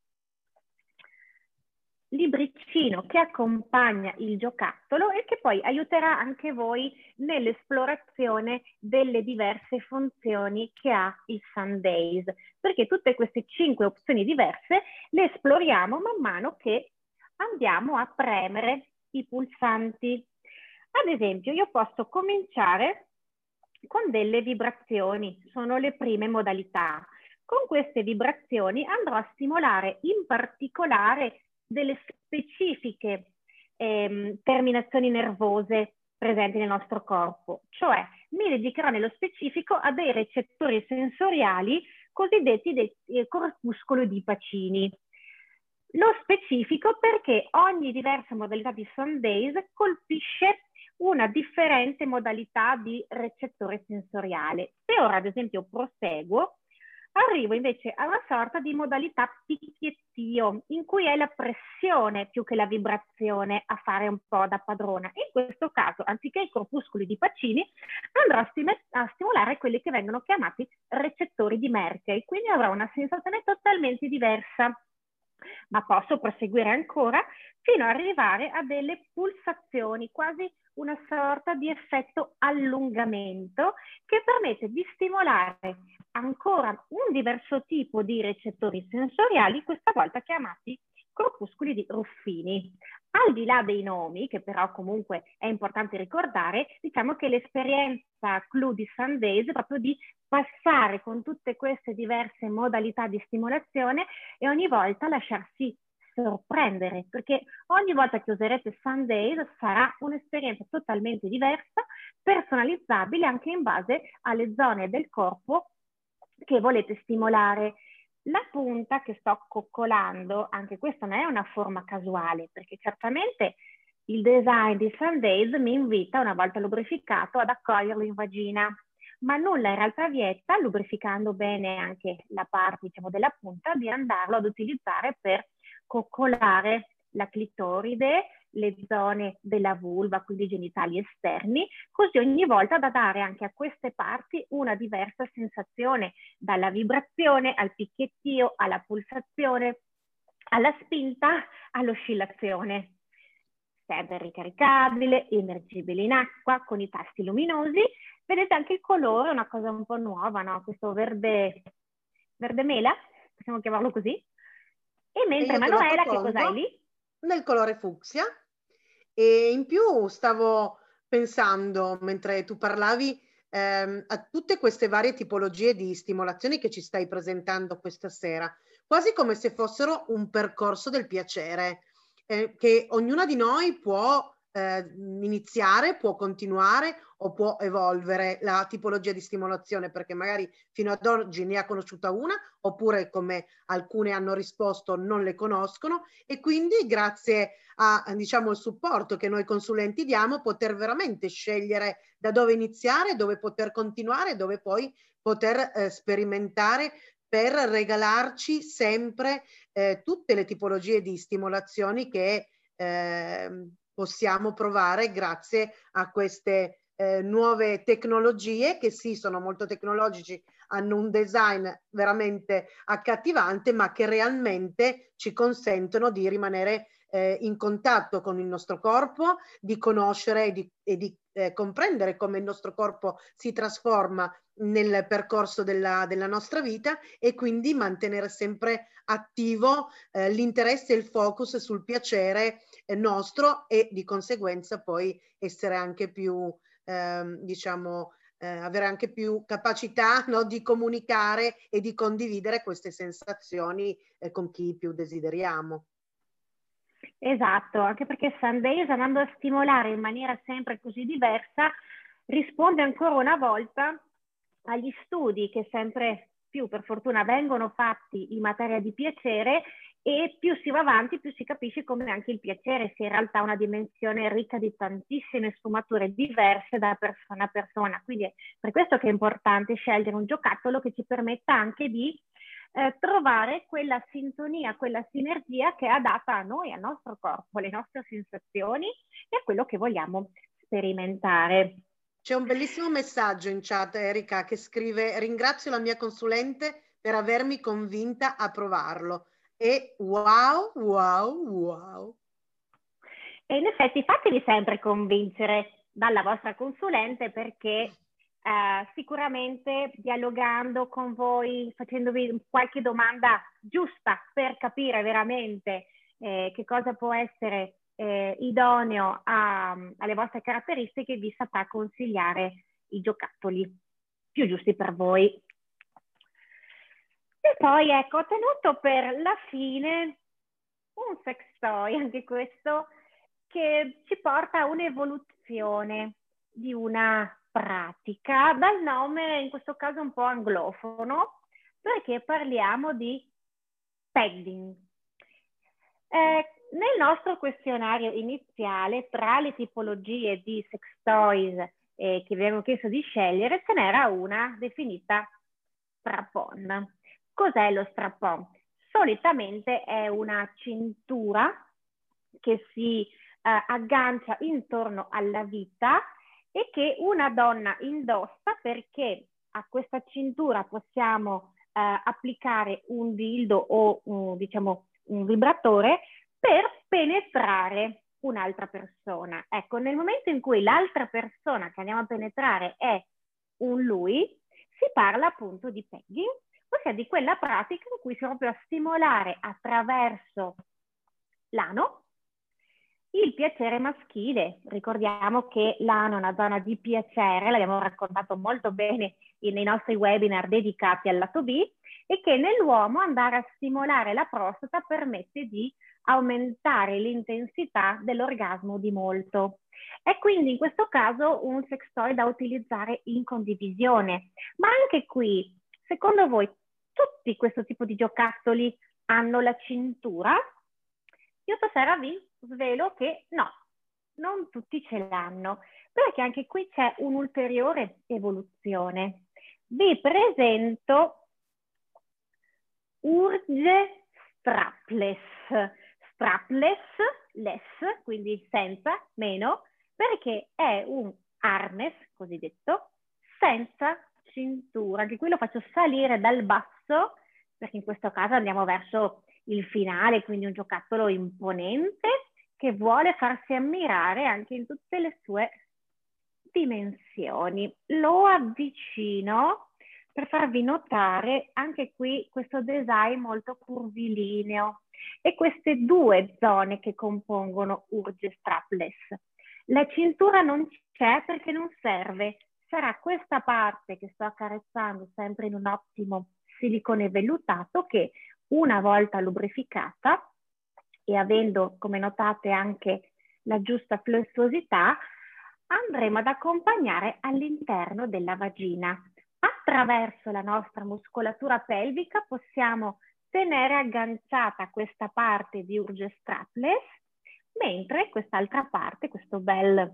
libricino che accompagna il giocattolo e che poi aiuterà anche voi nell'esplorazione delle diverse funzioni che ha il Sundays, perché tutte queste cinque opzioni diverse le esploriamo man mano che andiamo a premere i pulsanti. Ad esempio, io posso cominciare con delle vibrazioni, sono le prime modalità. Con queste vibrazioni andrò a stimolare in particolare delle specifiche ehm, terminazioni nervose presenti nel nostro corpo, cioè mi dedicherò nello specifico a dei recettori sensoriali cosiddetti dei eh, corpuscoli di Pacini. Lo specifico perché ogni diversa modalità di Sundays colpisce una differente modalità di recettore sensoriale. Se ora ad esempio proseguo, arrivo invece a una sorta di modalità picchiettio, in cui è la pressione più che la vibrazione a fare un po' da padrona. In questo caso, anziché i corpuscoli di Pacini, andrò a, stim a stimolare quelli che vengono chiamati recettori di Merkel, quindi avrò una sensazione totalmente diversa. Ma posso proseguire ancora fino ad arrivare a delle pulsazioni, quasi una sorta di effetto allungamento che permette di stimolare ancora un diverso tipo di recettori sensoriali, questa volta chiamati corpuscoli di Ruffini. Al di là dei nomi, che però comunque è importante ricordare, diciamo che l'esperienza clou di Sundays è proprio di passare con tutte queste diverse modalità di stimolazione e ogni volta lasciarsi sorprendere, perché ogni volta che userete Sundays sarà un'esperienza totalmente diversa, personalizzabile anche in base alle zone del corpo che volete stimolare. La punta che sto coccolando, anche questa non è una forma casuale, perché certamente il design di Sundays mi invita, una volta lubrificato, ad accoglierlo in vagina, ma nulla in realtà vieta, lubrificando bene anche la parte, diciamo, della punta, di andarlo ad utilizzare per coccolare la clitoride, le zone della vulva, quindi i genitali esterni, così ogni volta da dare anche a queste parti una diversa sensazione, dalla vibrazione al picchiettio, alla pulsazione, alla spinta, all'oscillazione. Sempre ricaricabile, immergibile in acqua, con i tasti luminosi, Vedete anche il colore è una cosa un po' nuova, no? Questo verde, verde mela, possiamo chiamarlo così. E mentre io te lo Manuela, che propongo cos'hai lì? nel colore fucsia. E in più stavo pensando, mentre tu parlavi, ehm, a tutte queste varie tipologie di stimolazioni che ci stai presentando questa sera, quasi come se fossero un percorso del piacere, eh, che ognuna di noi può eh, iniziare, può continuare o può evolvere la tipologia di stimolazione, perché magari fino ad oggi ne ha conosciuta una, oppure come alcune hanno risposto non le conoscono, e quindi grazie a, diciamo, il supporto che noi consulenti diamo, poter veramente scegliere da dove iniziare, dove poter continuare, dove poi poter eh, sperimentare, per regalarci sempre eh, tutte le tipologie di stimolazioni che eh, possiamo provare grazie a queste eh, nuove tecnologie, che sì, sono molto tecnologici, hanno un design veramente accattivante, ma che realmente ci consentono di rimanere eh, in contatto con il nostro corpo, di conoscere e di, e di eh, comprendere come il nostro corpo si trasforma nel percorso della, della nostra vita, e quindi mantenere sempre attivo eh, l'interesse e il focus sul piacere eh, nostro, e di conseguenza poi essere anche più, ehm, diciamo, eh, avere anche più capacità, no, di comunicare e di condividere queste sensazioni eh, con chi più desideriamo. Esatto, anche perché Sundays, andando a stimolare in maniera sempre così diversa, risponde ancora una volta agli studi che sempre più, per fortuna, vengono fatti in materia di piacere, e più si va avanti più si capisce come anche il piacere sia in realtà una dimensione ricca di tantissime sfumature diverse da persona a persona. Quindi è per questo che è importante scegliere un giocattolo che ci permetta anche di eh, trovare quella sintonia, quella sinergia che è adatta a noi, al nostro corpo, alle nostre sensazioni e a quello che vogliamo sperimentare. C'è un bellissimo messaggio in chat, Erika, che scrive: ringrazio la mia consulente per avermi convinta a provarlo. E wow, wow, wow. E in effetti fatevi sempre convincere dalla vostra consulente, perché eh, sicuramente dialogando con voi, facendovi qualche domanda giusta per capire veramente eh, che cosa può essere eh, idoneo a, alle vostre caratteristiche, vi saprà consigliare i giocattoli più giusti per voi. E poi ecco, ho tenuto per la fine un sex toy, anche questo, che ci porta a un'evoluzione di una pratica, dal nome in questo caso un po' anglofono, perché parliamo di pegging. Eh, nel nostro questionario iniziale, tra le tipologie di sex toys eh, che vi abbiamo chiesto di scegliere, ce n'era una definita strap-on. Cos'è lo strap-on? Solitamente è una cintura che si eh, aggancia intorno alla vita e che una donna indossa, perché a questa cintura possiamo eh, applicare un dildo o un, diciamo, un vibratore per penetrare un'altra persona. Ecco, nel momento in cui l'altra persona che andiamo a penetrare è un lui, si parla appunto di pegging, ossia di quella pratica in cui si va proprio a stimolare attraverso l'ano il piacere maschile. Ricordiamo che l'ano è una zona di piacere, l'abbiamo raccontato molto bene nei nostri webinar dedicati al lato B, e che nell'uomo andare a stimolare la prostata permette di aumentare l'intensità dell'orgasmo di molto. È quindi in questo caso un sex toy da utilizzare in condivisione. Ma anche qui, secondo voi, tutti questo tipo di giocattoli hanno la cintura? Io stasera vi svelo che no, non tutti ce l'hanno, perché anche qui c'è un'ulteriore evoluzione. Vi presento Urge Strapless. Strapless, less, quindi senza, meno, perché è un harness, cosiddetto, senza cintura. Anche qui lo faccio salire dal basso, perché in questo caso andiamo verso il finale, quindi un giocattolo imponente che vuole farsi ammirare anche in tutte le sue dimensioni. Lo avvicino per farvi notare anche qui questo design molto curvilineo e queste due zone che compongono Urge Strapless. La cintura non c'è perché non serve, sarà questa parte che sto accarezzando sempre in un ottimo silicone vellutato che una volta lubrificata e avendo, come notate, anche la giusta flessuosità, andremo ad accompagnare all'interno della vagina. Attraverso la nostra muscolatura pelvica possiamo tenere agganciata questa parte di Urge Strapless, mentre quest'altra parte, questo bel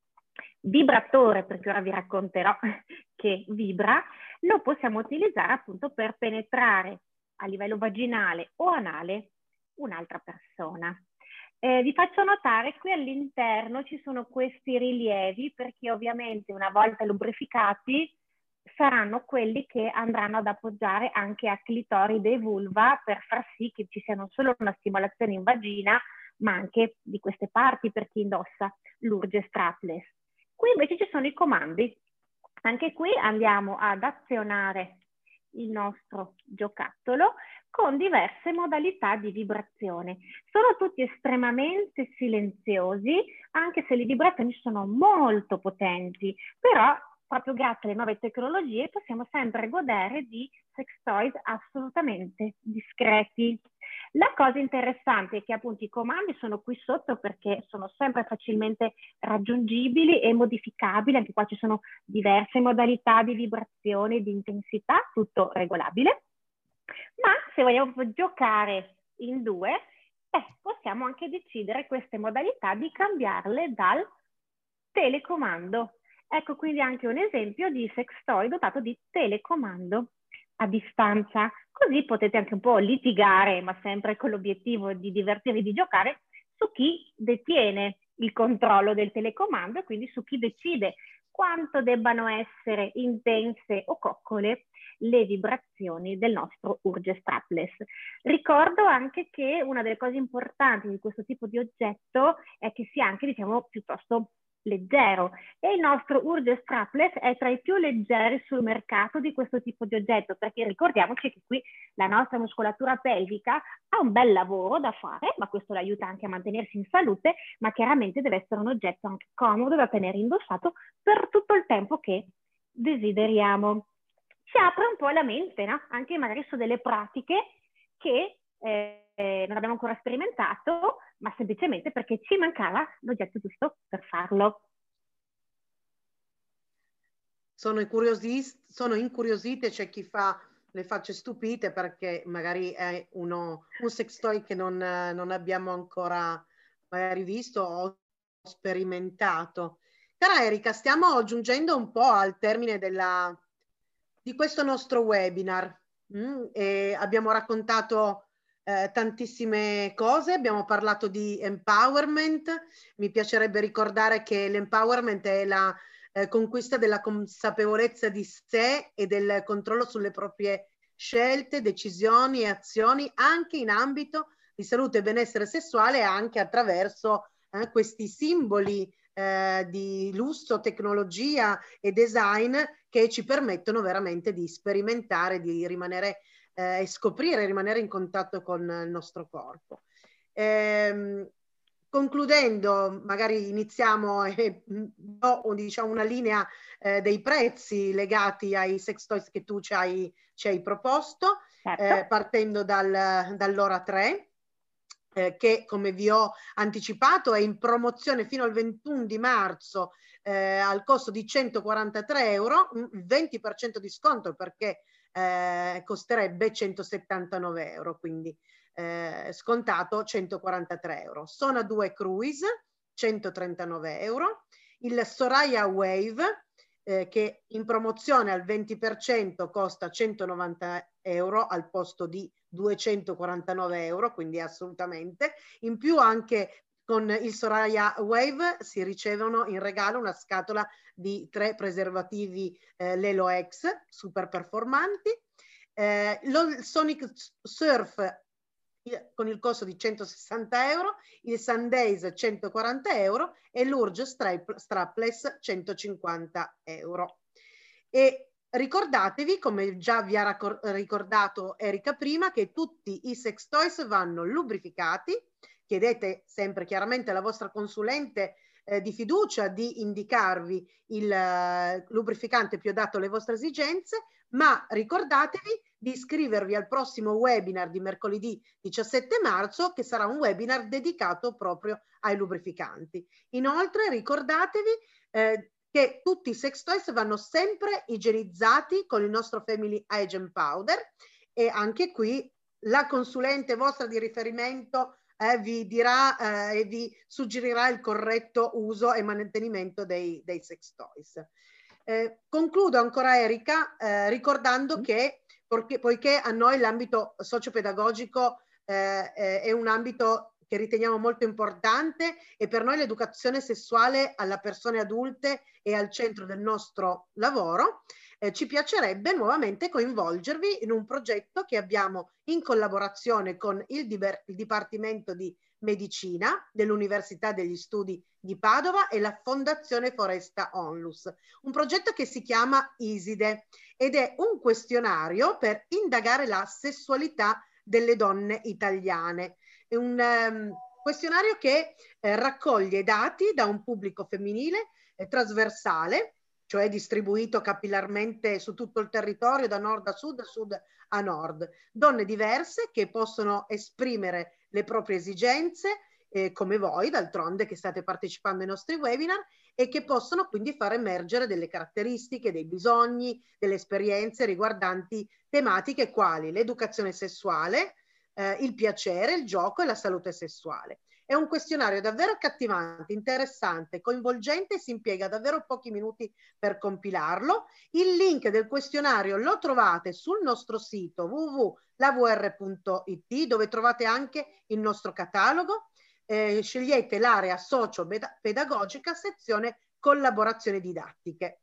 vibratore, perché ora vi racconterò che vibra, lo possiamo utilizzare appunto per penetrare a livello vaginale o anale un'altra persona. Eh, vi faccio notare qui all'interno ci sono questi rilievi perché ovviamente una volta lubrificati saranno quelli che andranno ad appoggiare anche a clitoride e vulva per far sì che ci sia non solo una stimolazione in vagina ma anche di queste parti per chi indossa l'Urge Strapless. Qui invece ci sono i comandi. Anche qui andiamo ad azionare il nostro giocattolo con diverse modalità di vibrazione. Sono tutti estremamente silenziosi, anche se le vibrazioni sono molto potenti, però proprio grazie alle nuove tecnologie possiamo sempre godere di sex toys assolutamente discreti. La cosa interessante è che appunto i comandi sono qui sotto perché sono sempre facilmente raggiungibili e modificabili, anche qua ci sono diverse modalità di vibrazione e di intensità, tutto regolabile. Ma se vogliamo giocare in due, eh, possiamo anche decidere queste modalità di cambiarle dal telecomando. Ecco quindi anche un esempio di sex toy dotato di telecomando a distanza. Così potete anche un po' litigare, ma sempre con l'obiettivo di divertirvi e di giocare, su chi detiene il controllo del telecomando e quindi su chi decide quanto debbano essere intense o coccole le vibrazioni del nostro Urge Strapless. Ricordo anche che una delle cose importanti di questo tipo di oggetto è che sia anche, diciamo, piuttosto leggero e il nostro Urge Strapless è tra i più leggeri sul mercato di questo tipo di oggetto, perché ricordiamoci che qui la nostra muscolatura pelvica ha un bel lavoro da fare, ma questo l'aiuta anche a mantenersi in salute, ma chiaramente deve essere un oggetto anche comodo da tenere indossato per tutto il tempo che desideriamo. Ci apre un po' la mente, no? Anche magari su delle pratiche che eh, non abbiamo ancora sperimentato, ma semplicemente perché ci mancava l'oggetto giusto per farlo. Sono incuriosite, sono incuriosite, c'è chi fa le facce stupite perché magari è uno, un sex toy che non, non abbiamo ancora magari visto o sperimentato. Cara Erika, stiamo giungendo un po' al termine della, di questo nostro webinar. Mm, e abbiamo raccontato eh, tantissime cose, abbiamo parlato di empowerment. Mi piacerebbe ricordare che l'empowerment è la eh, conquista della consapevolezza di sé e del controllo sulle proprie scelte, decisioni e azioni anche in ambito di salute e benessere sessuale, anche attraverso eh, questi simboli eh, di lusso, tecnologia e design che ci permettono veramente di sperimentare, di rimanere eh, e scoprire, rimanere in contatto con il nostro corpo. Ehm, concludendo, magari iniziamo e do diciamo una linea eh, dei prezzi legati ai sex toys che tu ci hai, ci hai proposto, certo. eh, partendo dal, dall'ora tre. Eh, che come vi ho anticipato è in promozione fino al ventuno di marzo eh, al costo di centoquarantatré euro, venti per cento di sconto perché eh, costerebbe centosettantanove euro, quindi eh, scontato centoquarantatré euro. Sona due Cruise centotrentanove euro, il Soraya Wave eh, che in promozione al venti per cento costa centonovanta euro al posto di duecentoquarantanove euro, quindi assolutamente. In più anche con il Soraya Wave si ricevono in regalo una scatola di tre preservativi eh, Lelo X super performanti. Eh, lo Sonic Surf con il costo di centosessanta euro, il Sundays centoquaranta euro e l'Urge Strapless centocinquanta euro. E ricordatevi, come già vi ha ricordato Erika prima, che tutti i sex toys vanno lubrificati. Chiedete sempre chiaramente alla vostra consulente eh, di fiducia di indicarvi il uh, lubrificante più adatto alle vostre esigenze, ma ricordatevi di iscrivervi al prossimo webinar di mercoledì diciassette marzo, che sarà un webinar dedicato proprio ai lubrificanti. Inoltre ricordatevi eh, che tutti i sex toys vanno sempre igienizzati con il nostro Family Hygiene Powder, e anche qui la consulente vostra di riferimento eh, vi dirà eh, e vi suggerirà il corretto uso e mantenimento dei, dei sex toys. Eh, concludo ancora, Erika, eh, ricordando mm. che perché, poiché a noi l'ambito sociopedagogico eh, è un ambito che riteniamo molto importante, e per noi l'educazione sessuale alla persone adulte è al centro del nostro lavoro, eh, ci piacerebbe nuovamente coinvolgervi in un progetto che abbiamo in collaborazione con il, il Dipartimento di Medicina dell'Università degli Studi di Padova e la Fondazione Foresta Onlus, un progetto che si chiama ISIDE ed è un questionario per indagare la sessualità delle donne italiane. È un um, questionario che eh, raccoglie dati da un pubblico femminile eh, trasversale, cioè distribuito capillarmente su tutto il territorio, da nord a sud, da sud a nord. Donne diverse che possono esprimere le proprie esigenze, eh, come voi, d'altronde, che state partecipando ai nostri webinar, e che possono quindi far emergere delle caratteristiche, dei bisogni, delle esperienze riguardanti tematiche quali l'educazione sessuale, eh, il piacere, il gioco e la salute sessuale. È un questionario davvero accattivante, interessante, coinvolgente, e si impiega davvero pochi minuti per compilarlo. Il link del questionario lo trovate sul nostro sito w w w punto la v r punto i t, dove trovate anche il nostro catalogo. Eh, scegliete l'area socio-pedagogica, sezione collaborazione didattiche.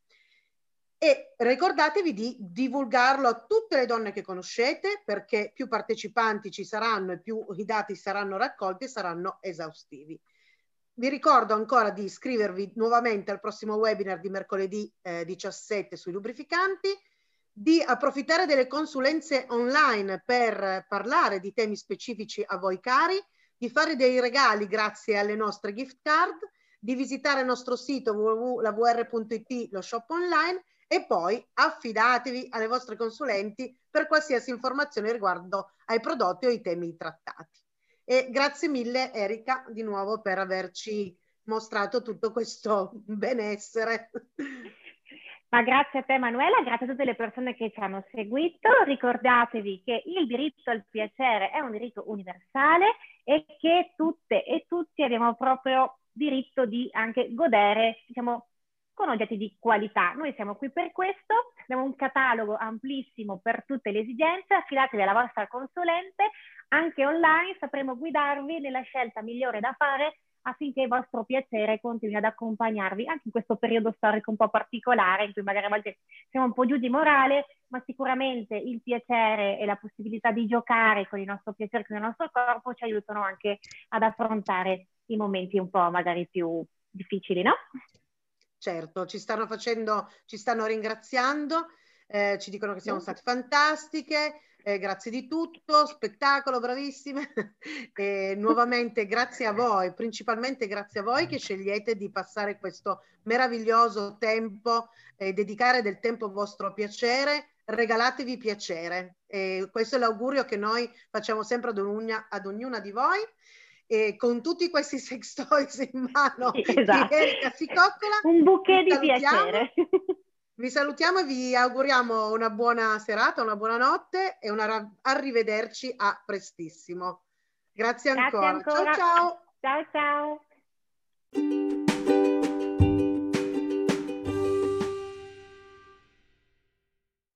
E ricordatevi di divulgarlo a tutte le donne che conoscete, perché più partecipanti ci saranno e più i dati saranno raccolti e saranno esaustivi. Vi ricordo ancora di iscrivervi nuovamente al prossimo webinar di mercoledì eh, diciassette sui lubrificanti, di approfittare delle consulenze online per parlare di temi specifici a voi cari, di fare dei regali grazie alle nostre gift card, di visitare il nostro sito w w w punto la v r punto i t, lo shop online, e poi affidatevi alle vostre consulenti per qualsiasi informazione riguardo ai prodotti o ai temi trattati. E grazie mille, Erika, di nuovo per averci mostrato tutto questo benessere. Ma grazie a te, Manuela, grazie a tutte le persone che ci hanno seguito. Ricordatevi che il diritto al piacere è un diritto universale e che tutte e tutti abbiamo proprio diritto di anche godere, diciamo, con oggetti di qualità. Noi siamo qui per questo, abbiamo un catalogo amplissimo per tutte le esigenze, affidatevi alla vostra consulente, anche online sapremo guidarvi nella scelta migliore da fare affinché il vostro piacere continui ad accompagnarvi anche in questo periodo storico un po' particolare, in cui magari a volte siamo un po' giù di morale, ma sicuramente il piacere e la possibilità di giocare con il nostro piacere, con il nostro corpo, ci aiutano anche ad affrontare i momenti un po' magari più difficili, no? Certo, ci stanno facendo, ci stanno ringraziando, eh, ci dicono che siamo state fantastiche, eh, grazie di tutto, spettacolo, bravissime. E nuovamente grazie a voi, principalmente grazie a voi che scegliete di passare questo meraviglioso tempo e eh, dedicare del tempo a vostro piacere. Regalatevi piacere, e questo è l'augurio che noi facciamo sempre ad ognuna, ad ognuna di voi. E con tutti questi sex toys in mano, sì, esatto. Erika si coccola, un bouquet di piacere. Vi salutiamo e vi auguriamo una buona serata, una buona notte e una arrivederci a prestissimo. Grazie ancora. Grazie ancora. Ciao ciao. Ciao ciao.